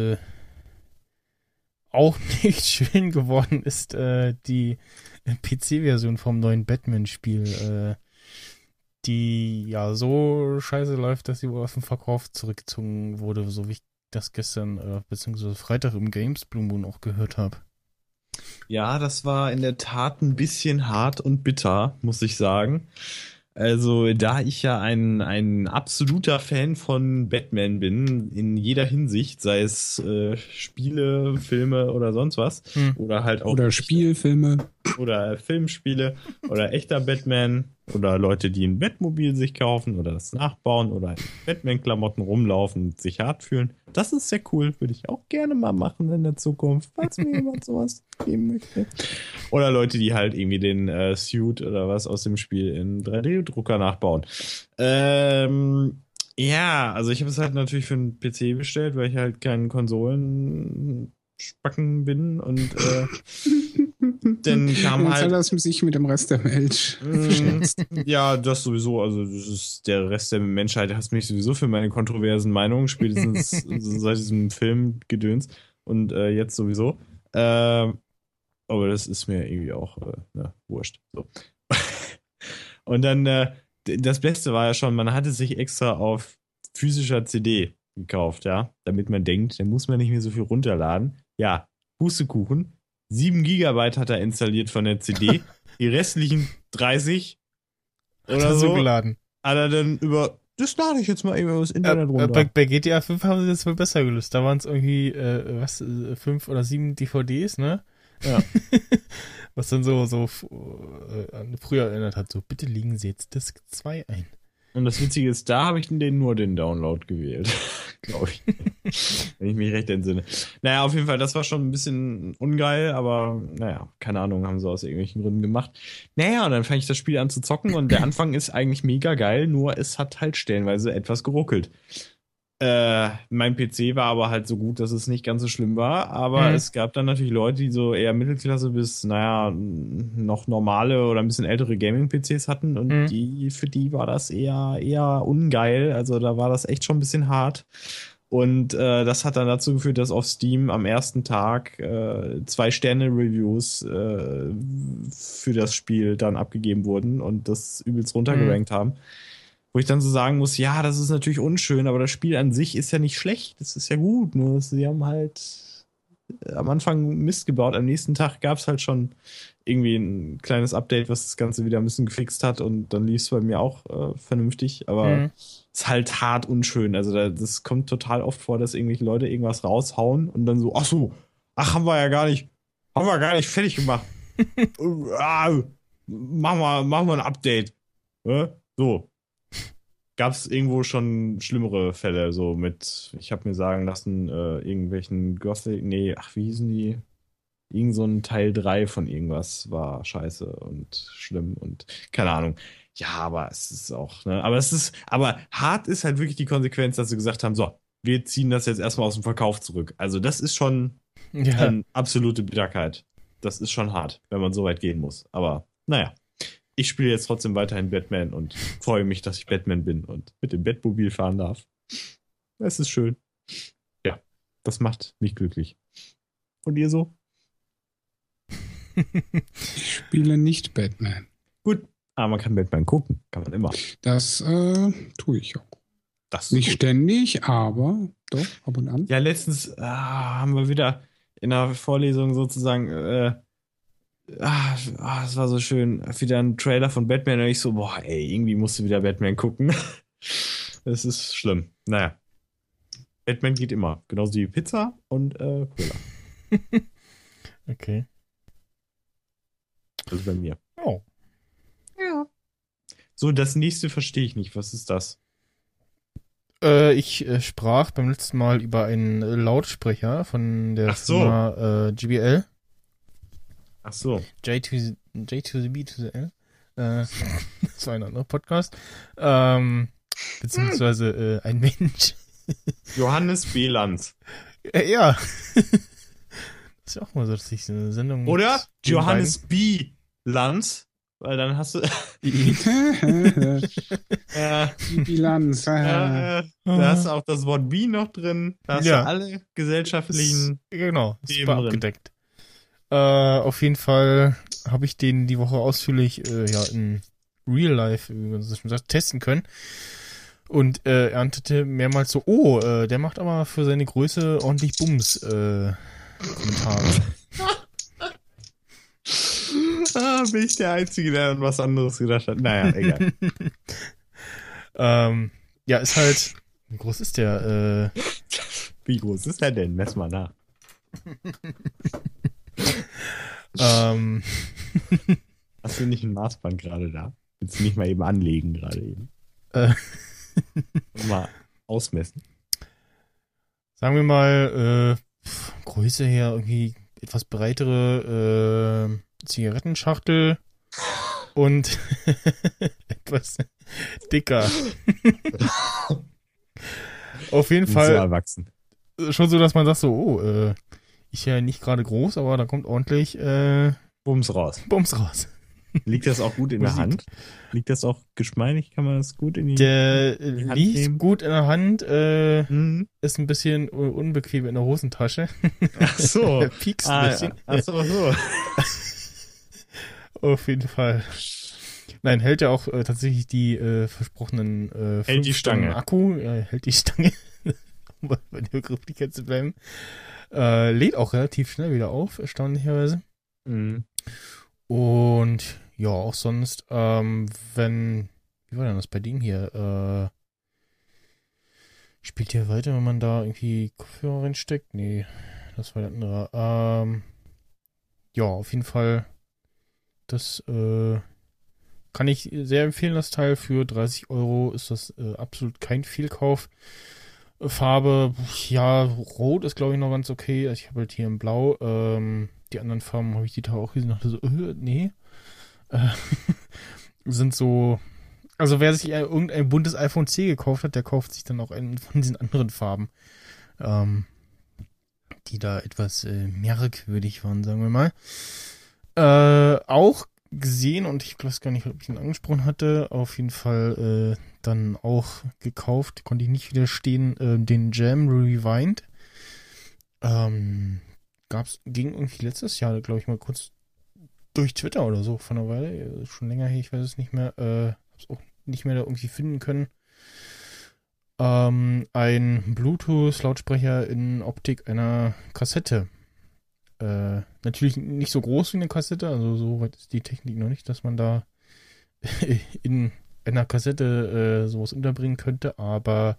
auch nicht schön geworden ist die PC-Version vom neuen Batman-Spiel, die ja so scheiße läuft, dass sie wohl aus dem Verkauf zurückgezogen wurde, so wie ich das gestern beziehungsweise Freitag im Games Blue Moon auch gehört habe. Ja, das war in der Tat ein bisschen hart und bitter, muss ich sagen. Also, da ich ja ein absoluter Fan von Batman bin, in jeder Hinsicht, sei es Spiele, Filme oder sonst was, oder halt auch. Oder Spielfilme. Oder Filmspiele, oder echter Batman, oder Leute, die ein Batmobil sich kaufen oder das nachbauen oder in Batman-Klamotten rumlaufen und sich hart fühlen. Das ist sehr cool, würde ich auch gerne mal machen in der Zukunft, falls mir jemand sowas geben möchte. Oder Leute, die halt irgendwie den Suit oder was aus dem Spiel in 3D-Drucker nachbauen. Ja, also ich habe es halt natürlich für einen PC bestellt, weil ich halt keinen Konsolenspacken bin und dann kam jetzt halt. Hat das sich mit dem Rest der Welt verscherzt. Ja, das sowieso. Also, das ist der Rest der Menschheit hasst mich sowieso für meine kontroversen Meinungen, spätestens seit diesem Film gedöns. Und jetzt sowieso. Aber das ist mir irgendwie auch wurscht. So. Und dann, das Beste war ja schon, man hatte sich extra auf physischer CD gekauft, ja, damit man denkt, dann muss man nicht mehr so viel runterladen. Ja, Pustekuchen. 7 Gigabyte hat er installiert von der CD. Die restlichen 30 oder so geladen. Hat er dann das lade ich jetzt mal eben über das Internet runter. Bei GTA 5 haben sie das wohl besser gelöst. Da waren es irgendwie 5 oder 7 DVDs, ne? Ja. Was dann so früher erinnert hat, so bitte legen Sie jetzt Disk 2 ein. Und das Witzige ist, da habe ich nur den Download gewählt. Glaube ich. Wenn ich mich recht entsinne. Naja, auf jeden Fall, das war schon ein bisschen ungeil, aber naja, keine Ahnung, haben sie aus irgendwelchen Gründen gemacht. Naja, und dann fange ich das Spiel an zu zocken und der Anfang ist eigentlich mega geil, nur es hat halt stellenweise etwas geruckelt. Mein PC war aber halt so gut, dass es nicht ganz so schlimm war, aber es gab dann natürlich Leute, die so eher Mittelklasse bis, noch normale oder ein bisschen ältere Gaming-PCs hatten und für die war das eher ungeil, also da war das echt schon ein bisschen hart und das hat dann dazu geführt, dass auf Steam am ersten Tag 2-Sterne-Reviews für das Spiel dann abgegeben wurden und das übelst runtergerankt haben. Wo ich dann so sagen muss, ja, das ist natürlich unschön, aber das Spiel an sich ist ja nicht schlecht. Das ist ja gut. Nur sie haben halt am Anfang Mist gebaut. Am nächsten Tag gab es halt schon irgendwie ein kleines Update, was das Ganze wieder ein bisschen gefixt hat. Und dann lief es bei mir auch vernünftig. Aber es ist halt hart unschön. Also das kommt total oft vor, dass irgendwelche Leute irgendwas raushauen und dann so, haben wir gar nicht fertig gemacht. Machen wir ein Update. So. Gab es irgendwo schon schlimmere Fälle, so mit, ich habe mir sagen lassen, irgendwelchen Gothic, wie hießen die? Irgend so ein Teil 3 von irgendwas war scheiße und schlimm und keine Ahnung. Ja, aber es ist auch, ne, aber hart ist halt wirklich die Konsequenz, dass sie gesagt haben, so, wir ziehen das jetzt erstmal aus dem Verkauf zurück. Also das ist schon eine absolute Bitterkeit. Das ist schon hart, wenn man so weit gehen muss. Aber naja. Ich spiele jetzt trotzdem weiterhin Batman und freue mich, dass ich Batman bin und mit dem Batmobil fahren darf. Es ist schön. Ja, das macht mich glücklich. Und ihr so? Ich spiele nicht Batman. Gut, aber man kann Batman gucken. Kann man immer. Das tue ich auch. Nicht ständig, aber doch, ab und an. Ja, letztens haben wir wieder in einer Vorlesung sozusagen es war so schön. Wieder ein Trailer von Batman und ich so, irgendwie musst du wieder Batman gucken. Das ist schlimm. Naja. Batman geht immer. Genauso wie Pizza und Cola. Okay. Das ist bei mir. Oh. Ja. So, das nächste verstehe ich nicht. Was ist das? Ich sprach beim letzten Mal über einen Lautsprecher von der Firma JBL. Ach so. J to the B to the L. Das war ein anderer Podcast. Beziehungsweise ein Mensch. Johannes B. Lanz. Ja. Das ist ja auch mal so, dass ich eine Sendung. Oder Johannes B. Lanz. Weil dann hast du. Die Bilanz. Da hast du auch das Wort B noch drin. Da hast du alle gesellschaftlichen. Genau, super abgedeckt. Auf jeden Fall habe ich den die Woche ausführlich in Real Life, wie man das schon sagt, testen können. Und erntete mehrmals so, der macht aber für seine Größe ordentlich Bums Kommentare. Bin ich der Einzige, der an was anderes gedacht hat. Naja, egal. Ist halt, wie groß ist der? Wie groß ist der denn? Mess mal nach. Hast du nicht ein Maßband gerade da? Willst du nicht mal eben anlegen gerade eben? Und mal ausmessen. Sagen wir mal, Größe her irgendwie etwas breitere Zigarettenschachtel und etwas dicker. Auf jeden Fall. So erwachsen. Schon so, dass man sagt so, ich ja nicht gerade groß, aber da kommt ordentlich Bums raus. Bums raus. Liegt das auch gut in der Hand? Liegt das auch geschmeidig? Kann man das gut in die Hand liegt nehmen? Gut in der Hand, ist ein bisschen unbequem in der Hosentasche. Ach so. Piekst ein bisschen. Ach so. Auf jeden Fall. Nein, hält ja auch tatsächlich die versprochenen 5 Stunden Akku. Hält die Stange, um bei der Begrifflichkeit zu bleiben. Lädt auch relativ schnell wieder auf, erstaunlicherweise. Mhm. Und ja, auch sonst, wie war denn das bei dem hier? Spielt hier weiter, wenn man da irgendwie Kopfhörer reinsteckt? Nee, das war der andere. Auf jeden Fall, das kann ich sehr empfehlen, das Teil. Für 30 € ist das absolut kein Fehlkauf. Farbe, rot ist glaube ich noch ganz okay. Also ich habe halt hier in Blau. Die anderen Farben habe ich die Tage auch gesehen und dachte so, nee. Sind so, also wer sich irgendein buntes iPhone C gekauft hat, der kauft sich dann auch einen von diesen anderen Farben. Die da etwas merkwürdig waren, sagen wir mal. Auch gesehen, und ich weiß gar nicht, ob ich ihn angesprochen hatte, auf jeden Fall dann auch gekauft, konnte ich nicht widerstehen, den Jam Rewind. Ging irgendwie letztes Jahr, glaube ich, mal kurz durch Twitter oder so von einer Weile, schon länger her, ich weiß es nicht mehr, hab's auch nicht mehr da irgendwie finden können. Ein Bluetooth-Lautsprecher in Optik einer Kassette. Natürlich nicht so groß wie eine Kassette, also so weit ist die Technik noch nicht, dass man da in einer Kassette sowas unterbringen könnte, aber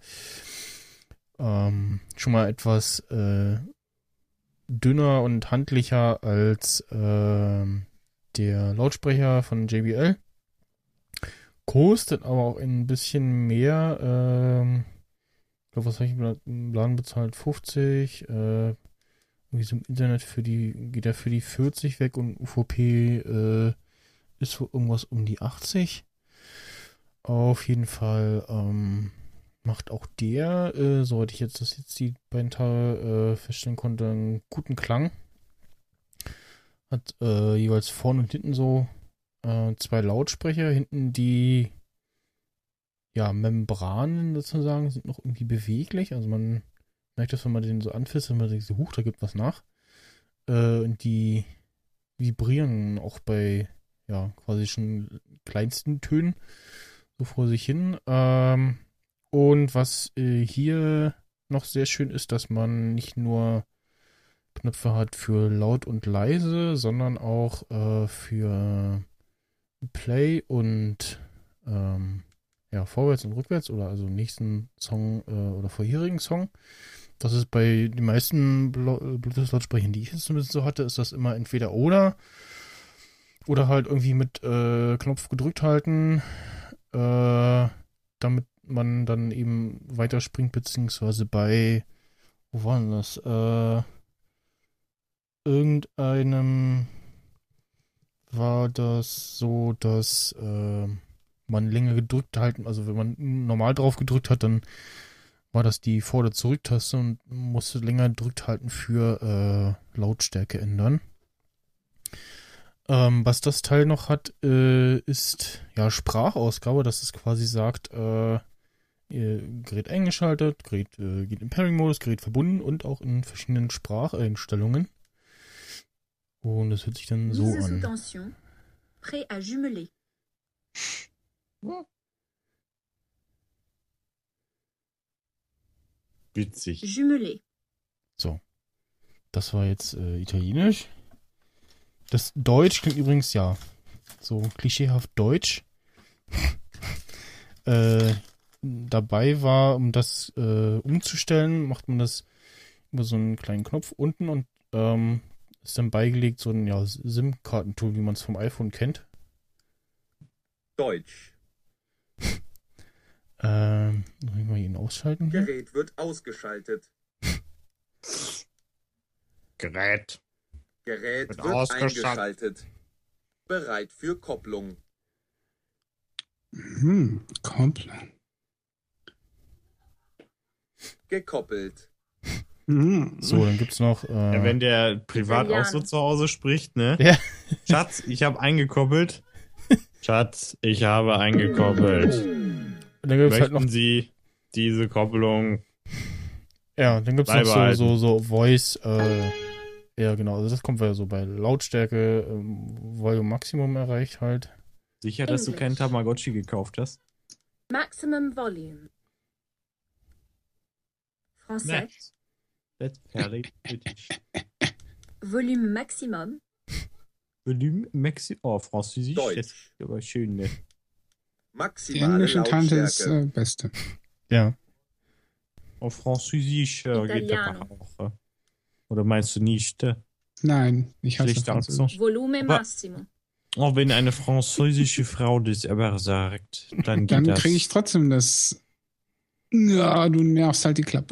schon mal etwas dünner und handlicher als der Lautsprecher von JBL. Kostet aber auch ein bisschen mehr. Ich glaube, was habe ich im Laden bezahlt? 50. Irgendwie so im Internet geht er für die 40 weg und UVP ist so irgendwas um die 80. Auf jeden Fall macht auch der, soweit ich jetzt die beiden Tage feststellen konnte, einen guten Klang. Hat jeweils vorne und hinten so 2 Lautsprecher. Hinten die Membranen sozusagen sind noch irgendwie beweglich. Also man merkt das, wenn man den so anfasst, wenn man denkt, so, da gibt was nach. Und die vibrieren auch bei quasi schon kleinsten Tönen so vor sich hin. Und was hier noch sehr schön ist, dass man nicht nur Knöpfe hat für laut und leise, sondern auch für Play und vorwärts und rückwärts oder also nächsten Song oder vorherigen Song. Das ist bei den meisten Bluetooth-Lautsprechern, die ich jetzt zumindest so hatte, ist das immer entweder oder halt irgendwie mit Knopf gedrückt halten damit man dann eben weiterspringt, beziehungsweise bei, wo war denn das? Irgendeinem war das so, dass man länger gedrückt halten, also wenn man normal drauf gedrückt hat, dann war das die Vor- oder Zurücktaste und musste länger gedrückt halten für Lautstärke ändern. Was das Teil noch hat, ist ja Sprachausgabe, dass es quasi sagt, Gerät eingeschaltet, Gerät geht im Pairing-Modus, Gerät verbunden und auch in verschiedenen Spracheinstellungen. Und das hört sich dann so an. Tension, prêt à jumeler. Witzig. Jumeler. So. Das war jetzt Italienisch. Das Deutsch klingt übrigens, ja, so klischeehaft deutsch. Dabei war, um das umzustellen, macht man das über so einen kleinen Knopf unten und ist dann beigelegt so ein SIM-Kartentool, wie man es vom iPhone kennt. Deutsch. Mal ihn ausschalten hier. Gerät wird ausgeschaltet. Gerät. Gerät Wird wird ausgeschaltet. eingeschaltet. Bereit für Kopplung. Kopplung. Gekoppelt. So, dann gibt's noch. Ja, wenn der privat auch so zu Hause spricht, ne? Ja. Schatz, ich habe eingekoppelt. Schatz, ich habe eingekoppelt. Und dann gibt's Möchten halt noch. Sie diese Koppelung? Ja, dann gibt's noch beibehalten? so Voice. Ja, genau. Also das kommt ja so bei Lautstärke, Volume Maximum erreicht halt. Sicher, dass du keinen Tamagotchi gekauft hast? Maximum volume. Français. That's fairly British. Volume maximum. Volume Maxi. Oh, Französisch. Das Deutsch. ist aber schön, ne? Die Maximale englische Tante ist Lautstärke. Beste. Ja. Oh, Französisch geht Italiano. aber auch. Oder meinst du nicht? Nein, ich hasse Schlechter Französisch. Akzent. Volume Aber- massimo. Oh, wenn eine französische Frau das aber sagt, dann geht Dann das. kriege ich trotzdem das. Ja, du nervst halt die Klappe.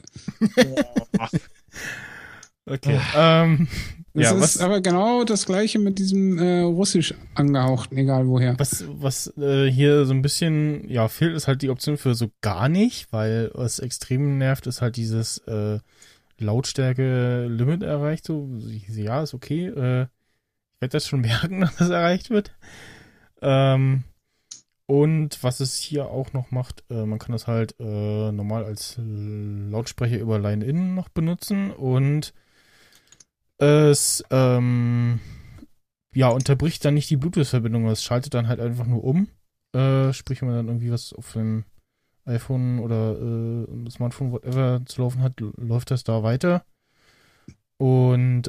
Okay. Das Ja, ist was, aber genau das gleiche mit diesem Russisch angehauchten, egal woher. was hier so ein bisschen fehlt, ist halt die Option für so gar nicht, weil was extrem nervt, ist halt dieses Lautstärke-Limit erreicht. So, ja, ist okay. Ich werde das schon merken, dass das erreicht wird. Und was es hier auch noch macht, man kann das halt normal als Lautsprecher über Line-In noch benutzen und es unterbricht dann nicht die Bluetooth-Verbindung, es schaltet dann halt einfach nur um. Sprich, wenn man dann irgendwie was auf dem iPhone oder Smartphone, whatever, zu laufen hat, läuft das da weiter. Und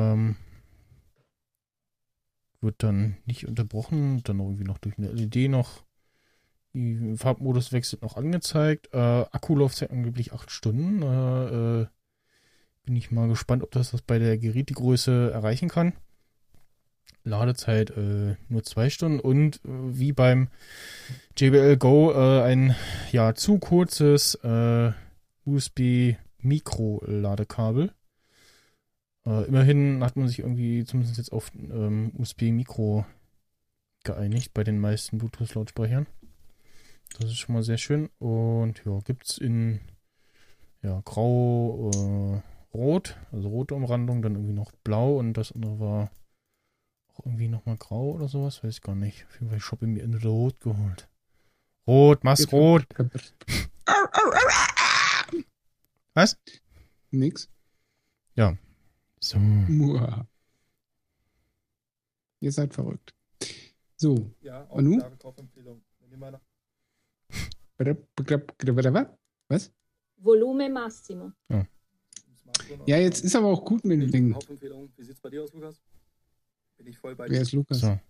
wird dann nicht unterbrochen, dann irgendwie noch durch eine LED noch die Farbmodus wechselt noch angezeigt. Akkulaufzeit angeblich 8 Stunden. Bin ich mal gespannt, ob das bei der Gerätegröße erreichen kann. Ladezeit nur 2 Stunden und wie beim JBL Go ein zu kurzes USB-Mikro-Ladekabel. Immerhin hat man sich irgendwie zumindest jetzt auf USB-Mikro geeinigt bei den meisten Bluetooth-Lautsprechern. Das ist schon mal sehr schön. Und gibt's in grau, rot, also rote Umrandung, dann irgendwie noch blau und das andere war auch irgendwie nochmal grau oder sowas, weiß ich gar nicht. Auf jeden Fall, ich habe mir Ende der Rot geholt. Rot, mach's rot. Was? Nix. Ja. So. Muah. Ihr seid verrückt. So. Ja, Und nun? Kaufempfehlung. Wenn ihr mal Was? Volume massimo. Ja, jetzt ist aber auch gut mit dem Ding. Kaufempfehlung. Wie sieht's bei dir aus, Lukas? Bin ich voll bei Wer dir. ist Lukas? So.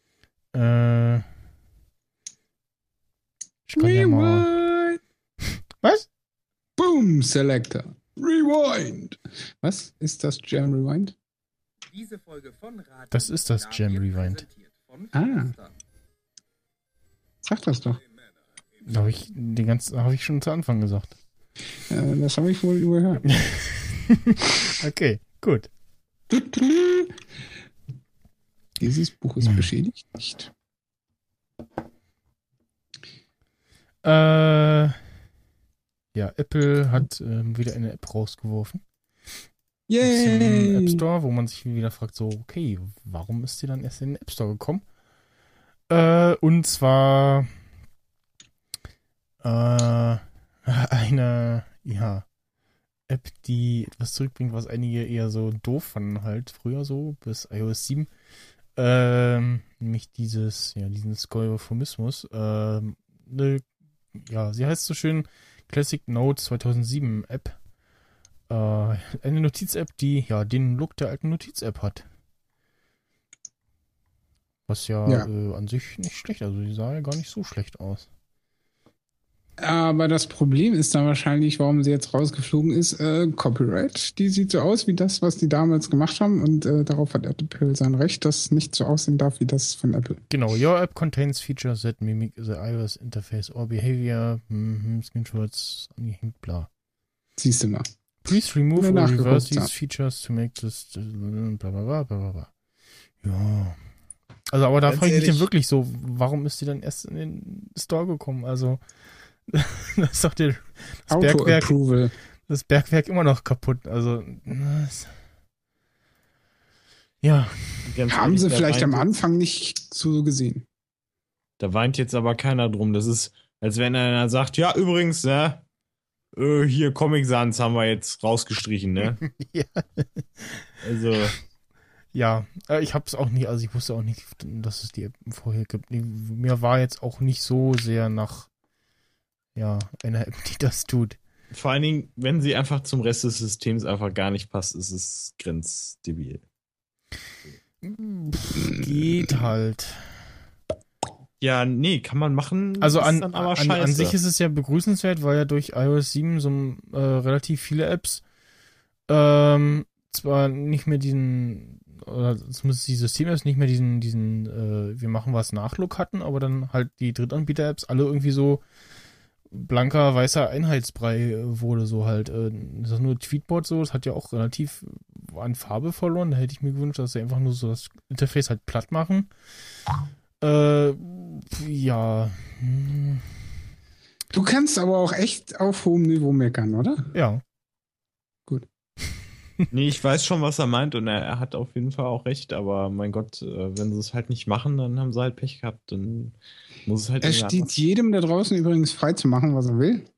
Ich kann ja mal. Rewind. Was? Boom, Selector. Rewind. Was ist das Jam Rewind? Diese Folge von Radio Das ist das Jam wird Rewind. präsentiert von Ah. Fiesta. Sag das doch. Habe ich schon zu Anfang gesagt. Das habe ich wohl überhört. Okay, gut. Dieses Buch ist beschädigt nicht. Ja, Apple hat wieder eine App rausgeworfen. Aus dem App Store, wo man sich wieder fragt, so, okay, warum ist die dann erst in den App Store gekommen? Und zwar eine, App, die etwas zurückbringt, was einige eher so doof fanden halt früher so, bis iOS 7. Nämlich diesen Skeuomorphismus. Sie heißt so schön Classic Note 2007 App. Eine Notiz-App, die den Look der alten Notiz-App hat. Was an sich nicht schlecht, also die sah ja gar nicht so schlecht aus. Aber das Problem ist dann wahrscheinlich, warum sie jetzt rausgeflogen ist, Copyright. Die sieht so aus wie das, was die damals gemacht haben und darauf hat Apple sein Recht, dass nicht so aussehen darf wie das von Apple. Genau, your app contains features that mimic the iOS interface or behavior, Screenshots, angehängt, bla. Siehst du mal. Please remove or reverse these features to make this bla bla bla bla bla. Ja. Also, aber da frage ich mich dann wirklich so, warum ist die dann erst in den Store gekommen? Also, das ist doch das Bergwerk immer noch kaputt. Also, ja. Haben sie vielleicht am Anfang nicht so gesehen. Da weint jetzt aber keiner drum. Das ist, als wenn einer sagt, ja, übrigens, ne, hier Comic Sans haben wir jetzt rausgestrichen, ne? Ja. Also. Ja, ich hab's auch nicht, also ich wusste auch nicht, dass es die App vorher gibt. Mir war jetzt auch nicht so sehr nach einer App, die das tut. Vor allen Dingen, wenn sie einfach zum Rest des Systems einfach gar nicht passt, ist es grenzdebil. Geht halt. Ja, nee, kann man machen. Also an sich ist es ja begrüßenswert, weil ja durch iOS 7 so relativ viele Apps zwar nicht mehr zumindest die System-Apps nicht mehr diesen wir machen was Nachlook hatten, aber dann halt die Drittanbieter-Apps alle irgendwie so blanker, weißer Einheitsbrei wurde so halt. Das ist nur Tweetbot so, das hat ja auch relativ an Farbe verloren. Da hätte ich mir gewünscht, dass sie einfach nur so das Interface halt platt machen. Ja. Du kannst aber auch echt auf hohem Niveau meckern, oder? Ja. Gut. Nee, ich weiß schon, was er meint und er hat auf jeden Fall auch recht, aber mein Gott, wenn sie es halt nicht machen, dann haben sie halt Pech gehabt, dann muss es halt... Es steht jedem da draußen übrigens frei zu machen, was er will.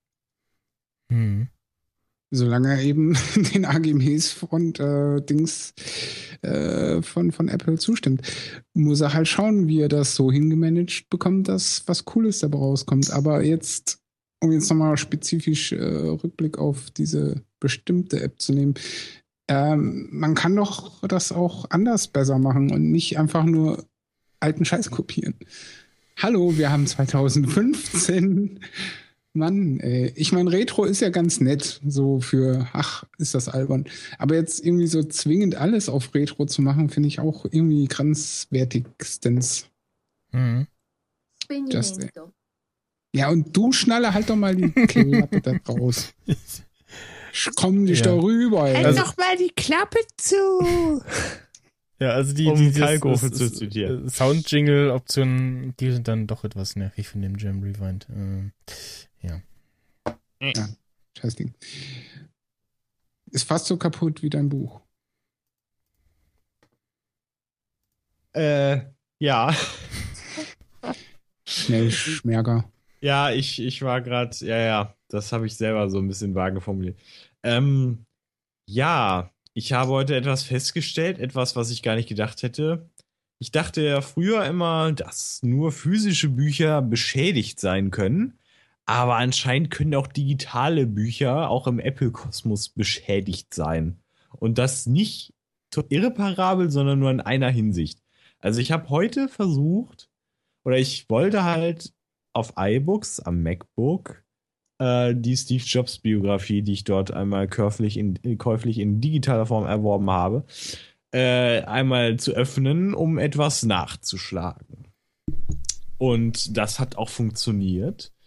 Solange er eben den AGBs und Dings von Apple zustimmt. Muss er halt schauen, wie er das so hingemanagt bekommt, dass was Cooles dabei rauskommt. Aber jetzt, um jetzt nochmal spezifisch Rückblick auf diese bestimmte App zu nehmen, man kann doch das auch anders besser machen und nicht einfach nur alten Scheiß kopieren. Hallo, wir haben 2015. Mann, ey. Ich meine, Retro ist ja ganz nett, so für, ist das albern. Aber jetzt irgendwie so zwingend alles auf Retro zu machen, finde ich auch irgendwie grenzwertigstens. Ja, und du Schnalle, halt doch mal die Klappe da raus. Komm nicht darüber, ey. Halt doch mal die Klappe zu! Ja, also die Kalkofe zu zitieren. Sound-Jingle-Optionen, die sind dann doch etwas nervig von dem Jam Rewind. Ja. Scheiß Ding. Ist fast so kaputt wie dein Buch. Ja. Schnell, Schmerger. Ja, ich war gerade, das habe ich selber so ein bisschen vage formuliert. Ja, ich habe heute etwas festgestellt, etwas, was ich gar nicht gedacht hätte. Ich dachte ja früher immer, dass nur physische Bücher beschädigt sein können, aber anscheinend können auch digitale Bücher auch im Apple-Kosmos beschädigt sein. Und das nicht irreparabel, sondern nur in einer Hinsicht. Also ich habe heute versucht, oder ich wollte halt auf iBooks am MacBook die Steve Jobs Biografie, die ich dort einmal käuflich in digitaler Form erworben habe, einmal zu öffnen, um etwas nachzuschlagen. Und das hat auch funktioniert.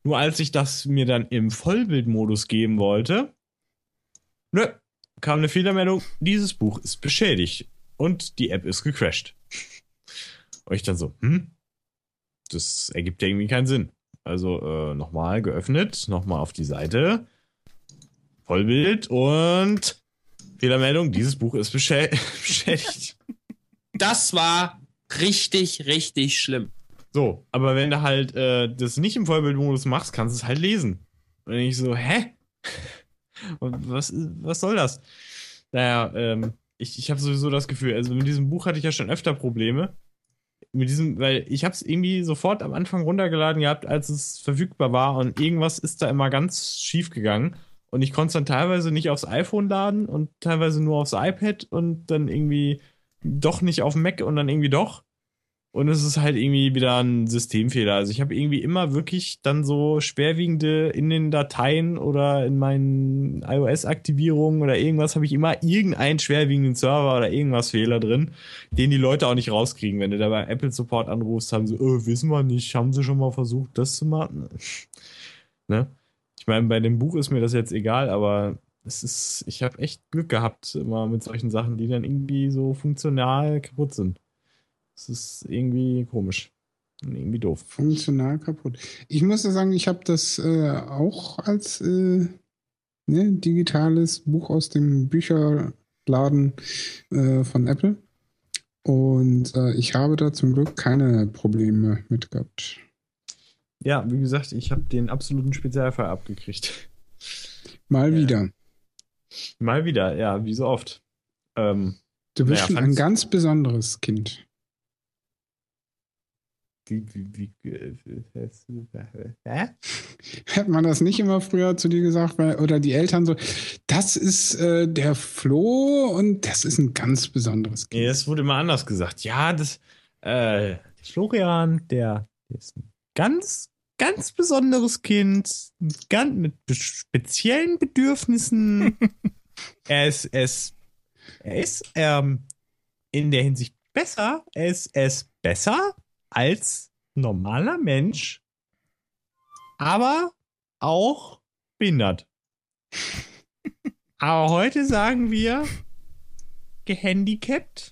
Nur als ich das mir dann im Vollbildmodus geben wollte, kam eine Fehlermeldung, dieses Buch ist beschädigt und die App ist gecrashed. Und ich dann so, das ergibt ja irgendwie keinen Sinn. Also nochmal geöffnet, nochmal auf die Seite, Vollbild und Fehlermeldung, dieses Buch ist beschädigt. Das war richtig, richtig schlimm. So, aber wenn du halt das nicht im Vollbildmodus machst, kannst du es halt lesen. Und ich so, hä? Und was soll das? Naja, ich habe sowieso das Gefühl, also mit diesem Buch hatte ich ja schon öfter Probleme. Weil ich habe es irgendwie sofort am Anfang runtergeladen gehabt, als es verfügbar war und irgendwas ist da immer ganz schief gegangen. Und ich konnte es dann teilweise nicht aufs iPhone laden und teilweise nur aufs iPad und dann irgendwie doch nicht auf dem Mac und dann irgendwie doch. Und es ist halt irgendwie wieder ein Systemfehler. Also ich habe irgendwie immer wirklich dann so schwerwiegende in den Dateien oder in meinen iOS-Aktivierungen oder irgendwas habe ich immer irgendeinen schwerwiegenden Server oder irgendwas Fehler drin, den die Leute auch nicht rauskriegen. Wenn du da bei Apple Support anrufst, haben sie, wissen wir nicht, haben sie schon mal versucht, das zu machen? Ne? Ich meine, bei dem Buch ist mir das jetzt egal, aber ich habe echt Glück gehabt immer mit solchen Sachen, die dann irgendwie so funktional kaputt sind. Das ist irgendwie komisch. Und irgendwie doof. Funktional kaputt. Ich muss ja sagen, ich habe das auch als digitales Buch aus dem Bücherladen von Apple. Und ich habe da zum Glück keine Probleme mit gehabt. Ja, wie gesagt, ich habe den absoluten Spezialfall abgekriegt. Mal wieder. Mal wieder, ja, wie so oft. Du bist schon ein ganz besonderes Kind. Hätte man das nicht immer früher zu dir gesagt, oder die Eltern so, das ist der Flo und das ist ein ganz besonderes Kind. Nee, es wurde immer anders gesagt. Ja, das Florian, der ist ein ganz, ganz besonderes Kind, mit speziellen Bedürfnissen. Er ist in der Hinsicht besser. Er ist besser als normaler Mensch, aber auch behindert. Aber heute sagen wir gehandicapt,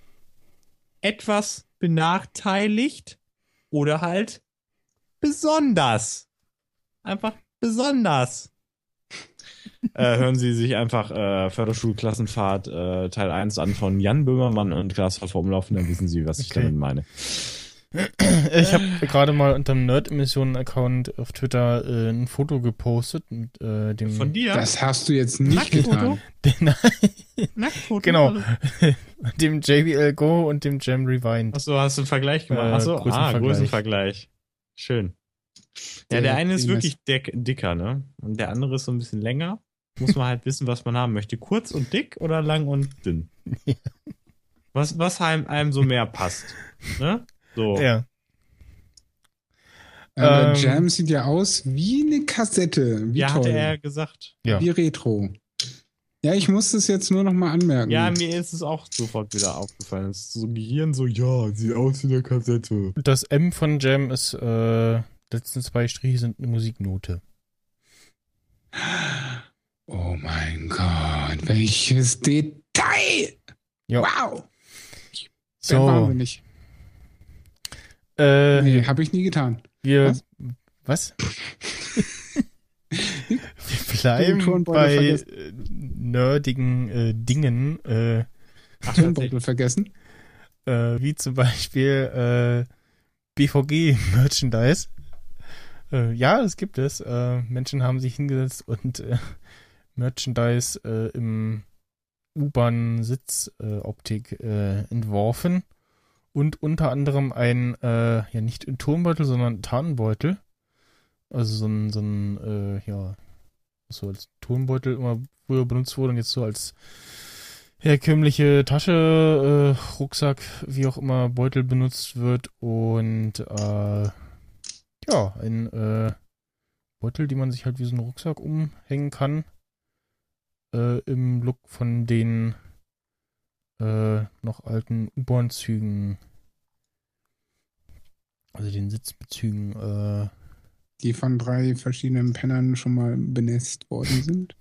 etwas benachteiligt oder halt besonders. Einfach besonders. Hören Sie sich einfach Förderschulklassenfahrt Teil 1 an von Jan Böhmermann und Klaas Vormlaufen, dann wissen Sie, was ich damit meine. Ich habe gerade mal unter dem Nerd-Emissionen-Account auf Twitter ein Foto gepostet mit dem. Von dir? Das hast du jetzt nicht getan. Nacktfoto? Genau. Dem JBL Go und dem Jam Rewind. Achso, hast du einen Vergleich gemacht? Achso, Größenvergleich. Schön. Ja, der eine ist wirklich dicker, ne? Und der andere ist so ein bisschen länger. Muss man halt wissen, was man haben möchte. Kurz und dick oder lang und dünn? Ja. Was einem so mehr passt. Ne? So. Ja. Jam sieht ja aus wie eine Kassette. Wie toll. Hatte er gesagt. Ja. Wie Retro. Ja, ich muss das jetzt nur noch mal anmerken. Ja, mir ist es auch sofort wieder aufgefallen. Es ist so Gehirn so, ja, sieht aus wie eine Kassette. Das M von Jam ist, letzten 2 Striche sind eine Musiknote. Oh mein Gott, welches Detail! Ja. Wow! So. Wahnsinnig. Nee, habe ich nie getan. Was? Wir bleiben bei nerdigen Dingen. Turnbeutel vergessen. Wie zum Beispiel BVG-Merchandise. Ja, das gibt es. Menschen haben sich hingesetzt und Merchandise im U-Bahn-Sitzoptik entworfen. Und unter anderem ein, nicht ein Turnbeutel, sondern Tarnbeutel. Also so ein so als Turnbeutel immer früher benutzt wurde und jetzt so als herkömmliche Tasche, Rucksack, wie auch immer, Beutel benutzt wird. Und ein Beutel, die man sich halt wie so einen Rucksack umhängen kann. Im Look von den noch alten U-Bahn-Zügen, also den Sitzbezügen. die von 3 verschiedenen Pennern schon mal benässt worden sind.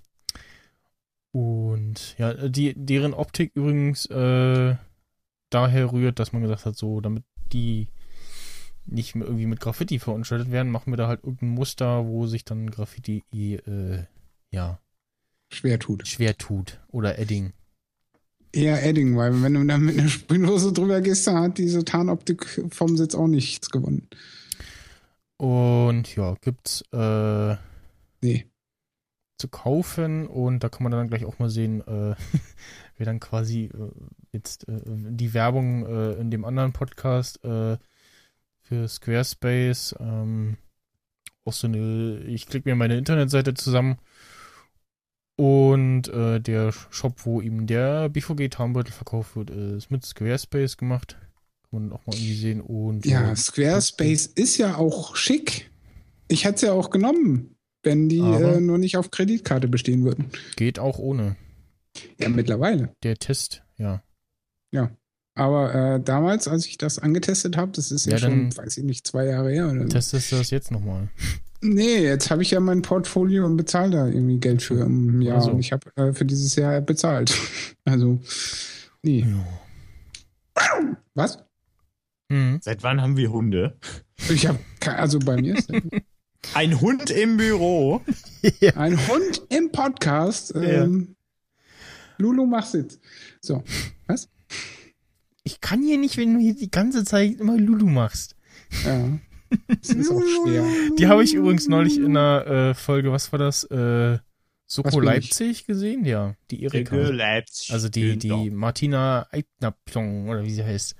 Und ja, deren Optik übrigens daher rührt, dass man gesagt hat, so, damit die nicht mehr irgendwie mit Graffiti verunstaltet werden, machen wir da halt irgendein Muster, wo sich dann Graffiti schwer tut. Oder Edding. Eher Edding, weil wenn du dann mit einer Sprühdose drüber gehst, dann hat diese Tarnoptik vom Sitz auch nichts gewonnen. Und ja, gibt's Nee. zu kaufen und da kann man dann gleich auch mal sehen, wer dann quasi jetzt die Werbung in dem anderen Podcast für Squarespace auch so ich klicke mir meine Internetseite zusammen und der Shop, wo eben der BVG-Tarnbeutel verkauft wird, ist mit Squarespace gemacht. Kann man auch mal irgendwie sehen. Und Ja, Squarespace ist ja auch schick. Ich hätte es ja auch genommen, wenn die nur nicht auf Kreditkarte bestehen würden. Geht auch ohne. Ja, mittlerweile. Der Test, ja. Ja. Aber damals, als ich das angetestet habe, das ist ja schon, weiß ich nicht, 2 Jahre her oder so. Testest du das jetzt nochmal? Nee, jetzt habe ich ja mein Portfolio und bezahle da irgendwie Geld für im Jahr. So. Und ich habe für dieses Jahr bezahlt. Also, nee. Ja. Was? Mhm. Seit wann haben wir Hunde? Ich habe, also bei mir ist Ein Hund im Büro. ein Hund im Podcast. Lulu, mach's jetzt. So, was? Ich kann hier nicht, wenn du hier die ganze Zeit immer Lulu machst. Ja. Das ist auch schwer. Die habe ich übrigens neulich in einer Folge, was war das? Was Soko bin Leipzig gesehen? Ja, die Erika. Leipzig. Also die Martina Eitnerplong, oder wie sie heißt.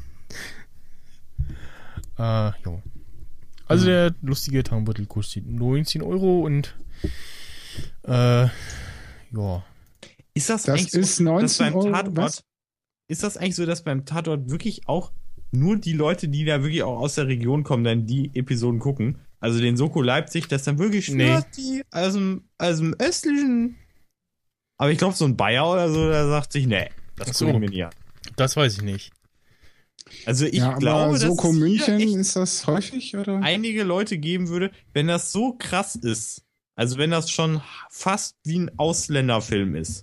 Jo. Also der lustige Tarnbeutel kostet 19 € und ja. Ist das Das eigentlich so, ist 19 dass beim Euro, Tatort, was? ist das eigentlich so, dass beim Tatort wirklich auch nur die Leute, die da wirklich auch aus der Region kommen, dann die Episoden gucken? Also den Soko Leipzig, das dann wirklich nur die aus dem östlichen. Aber ich glaube, so ein Bayer oder so, der sagt sich, nee, das gucken wir nie an. Das weiß ich nicht. Also ich Ja, aber glaube, dass Soko es hier München, echt ist das häufig, oder? einige Leute geben würde, wenn das so krass ist. Also wenn das schon fast wie ein Ausländerfilm ist.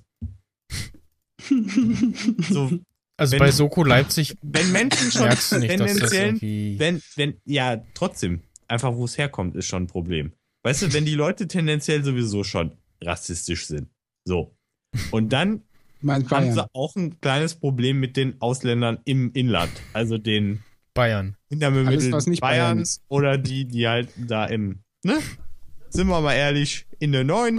So, Also bei Soko Leipzig wenn Menschen schon merkst du nicht, dass das tendenziell, irgendwie... ja, trotzdem, einfach wo es herkommt, ist schon ein Problem. Weißt du, wenn die Leute tendenziell sowieso schon rassistisch sind. So. Und dann haben sie auch ein kleines Problem mit den Ausländern im Inland. Also den Bayern. Alles, was nicht Bayern Bayern ist. oder die halt da im, ne? Sind wir mal ehrlich, in der neuen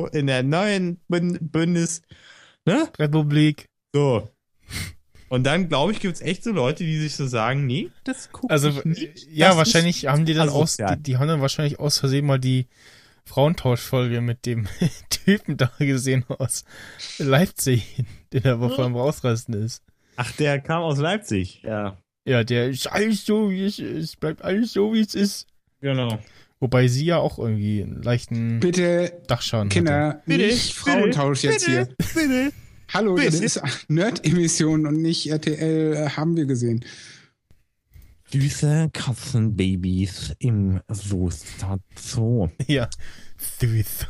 Bündnis, ne? Republik. So. Und dann, glaube ich, gibt es echt so Leute, die sich so sagen, nee, das gucke Also, ich nicht. ja, Das wahrscheinlich ist haben die dann asozial. die haben dann wahrscheinlich aus Versehen mal die Frauentauschfolge mit dem Typen da gesehen aus Leipzig, der da vor allem rausrasten ist. Ach, der kam aus Leipzig, ja. Ja, der ist alles so, wie es ist. Bleibt alles so, wie es ist. Genau. Wobei sie ja auch irgendwie einen leichten Bitte, Dachschaden hatte. Kinder, nicht Frauentausch jetzt hier. Bitte. Hallo, das Bitte. ist Nerd-Emission und nicht RTL, haben wir gesehen. Süße Katzenbabys im Zoo. Ja. Süß.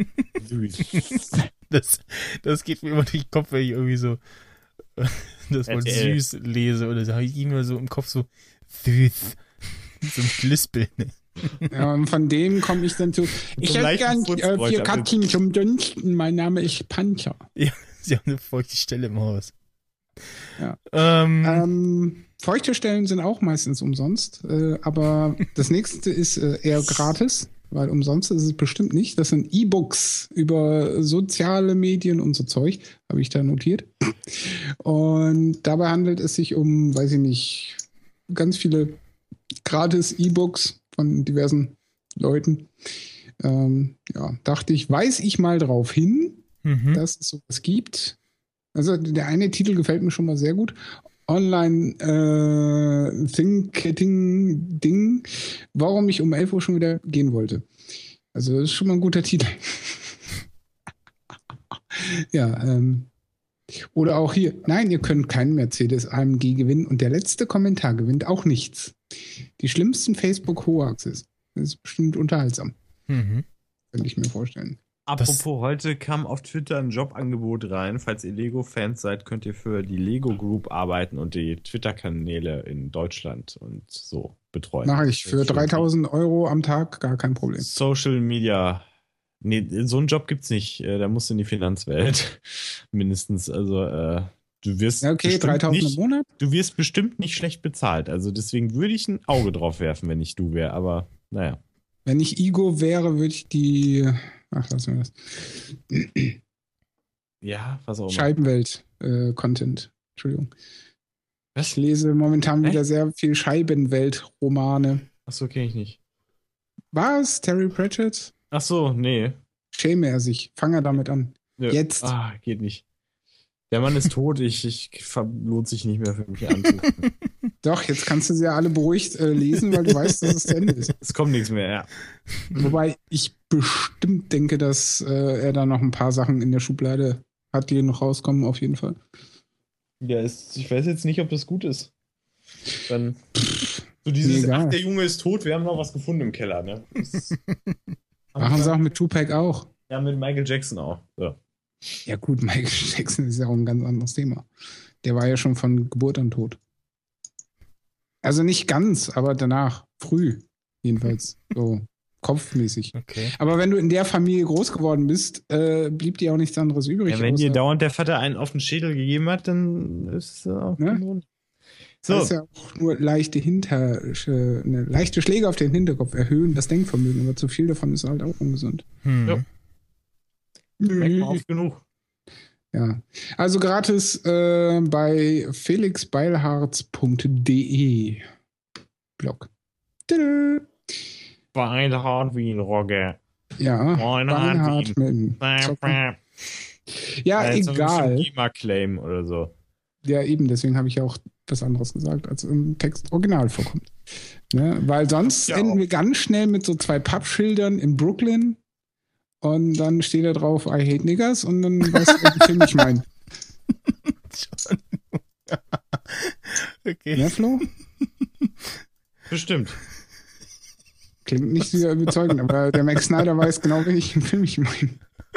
Das geht mir immer durch den Kopf, wenn ich irgendwie so das Wort RTL. süß lese oder so, habe ich immer so im Kopf so süß. So ein Lispeln. Ja, und von denen komme ich dann zu. Ich Zum hätte leichten gern Furzgeräusch, 4 Katzen zum Dünsten. Mein Name ist Panzer. Ja, sie haben eine feuchte Stelle im Haus. Ja. Ähm, Feuchte Stellen sind auch meistens umsonst, aber das nächste ist eher gratis, weil umsonst ist es bestimmt nicht. Das sind E-Books über soziale Medien und so Zeug, habe ich da notiert. Und dabei handelt es sich um, weiß ich nicht, ganz viele gratis E-Books von diversen Leuten. Ja, dachte ich, weise ich mal drauf hin, dass es sowas gibt. Also der eine Titel gefällt mir schon mal sehr gut. Online Thinking Ding, warum ich um 11 Uhr schon wieder gehen wollte. Also das ist schon mal ein guter Titel. Ja, oder auch hier, nein, ihr könnt keinen Mercedes AMG gewinnen und der letzte Kommentar gewinnt auch nichts. Die schlimmsten Facebook-Hoaxes. Das ist bestimmt unterhaltsam. Mhm. Könnte ich mir vorstellen. Apropos, heute kam auf Twitter ein Jobangebot rein. Falls ihr Lego-Fans seid, könnt ihr für die Lego Group arbeiten und die Twitter-Kanäle in Deutschland und so betreuen. Mache ich für 3.000 € am Tag, gar kein Problem. Social Media. Nee, so einen Job gibt's nicht. Da musst du in die Finanzwelt. Mindestens. Also, du wirst. Ja, okay, bestimmt 3.000 nicht, im Monat? Du wirst bestimmt nicht schlecht bezahlt. Also, deswegen würde ich ein Auge drauf werfen, wenn ich du wäre. Aber, naja. Wenn ich Igo wäre, würde ich die. Ach, lassen wir das. Ja, was auch immer. Scheibenwelt-Content. Entschuldigung. Was? Ich lese momentan wieder sehr viel Scheibenwelt-Romane. Achso, kenne ich nicht. Was? Terry Pratchett? Achso, nee. Schäme er sich. Fange er damit an. Nö. Jetzt. Ah, geht nicht. Der Mann ist tot. Lohnt sich nicht mehr für mich anzurufen. Doch, jetzt kannst du sie ja alle beruhigt lesen, weil du weißt, dass es zu Ende ist. Es kommt nichts mehr, ja. Wobei ich bestimmt denke, dass er da noch ein paar Sachen in der Schublade hat, die noch rauskommen, auf jeden Fall. Ja, ich weiß jetzt nicht, ob das gut ist. Dann so dieses, ach, der Junge ist tot, wir haben noch was gefunden im Keller, ne? Machen sie auch mit Tupac auch. Ja, mit Michael Jackson auch. So. Ja gut, Michael Jackson ist ja auch ein ganz anderes Thema. Der war ja schon von Geburt an tot. Also nicht ganz, aber danach. Früh. Jedenfalls. So kopfmäßig. Okay. Aber wenn du in der Familie groß geworden bist, blieb dir auch nichts anderes übrig. Ja, wenn dir dauernd der Vater einen auf den Schädel gegeben hat, dann ist es auch ne? So. Das ist ja auch nur leichte Schläge auf den Hinterkopf erhöhen das Denkvermögen, aber zu viel davon ist halt auch ungesund. Ja. Merkt man oft genug. Ja, also gratis bei felixbeilharz.de Blog. Tada. Beilharz wie ein Rogge. Ja, Beilharz mit ja, also egal. GEMA-Claim oder so. Ja, eben, deswegen habe ich ja auch was anderes gesagt, als im Text original vorkommt. Ne? Weil sonst enden wir ganz schnell mit so 2 Pappschildern in Brooklyn und dann steht da drauf I hate niggers und dann weißt du, welchen Film ich meine. Okay. Ne, Flo? Bestimmt. Klingt nicht sehr überzeugend, aber der Max Snyder weiß genau, welchen Film ich meine.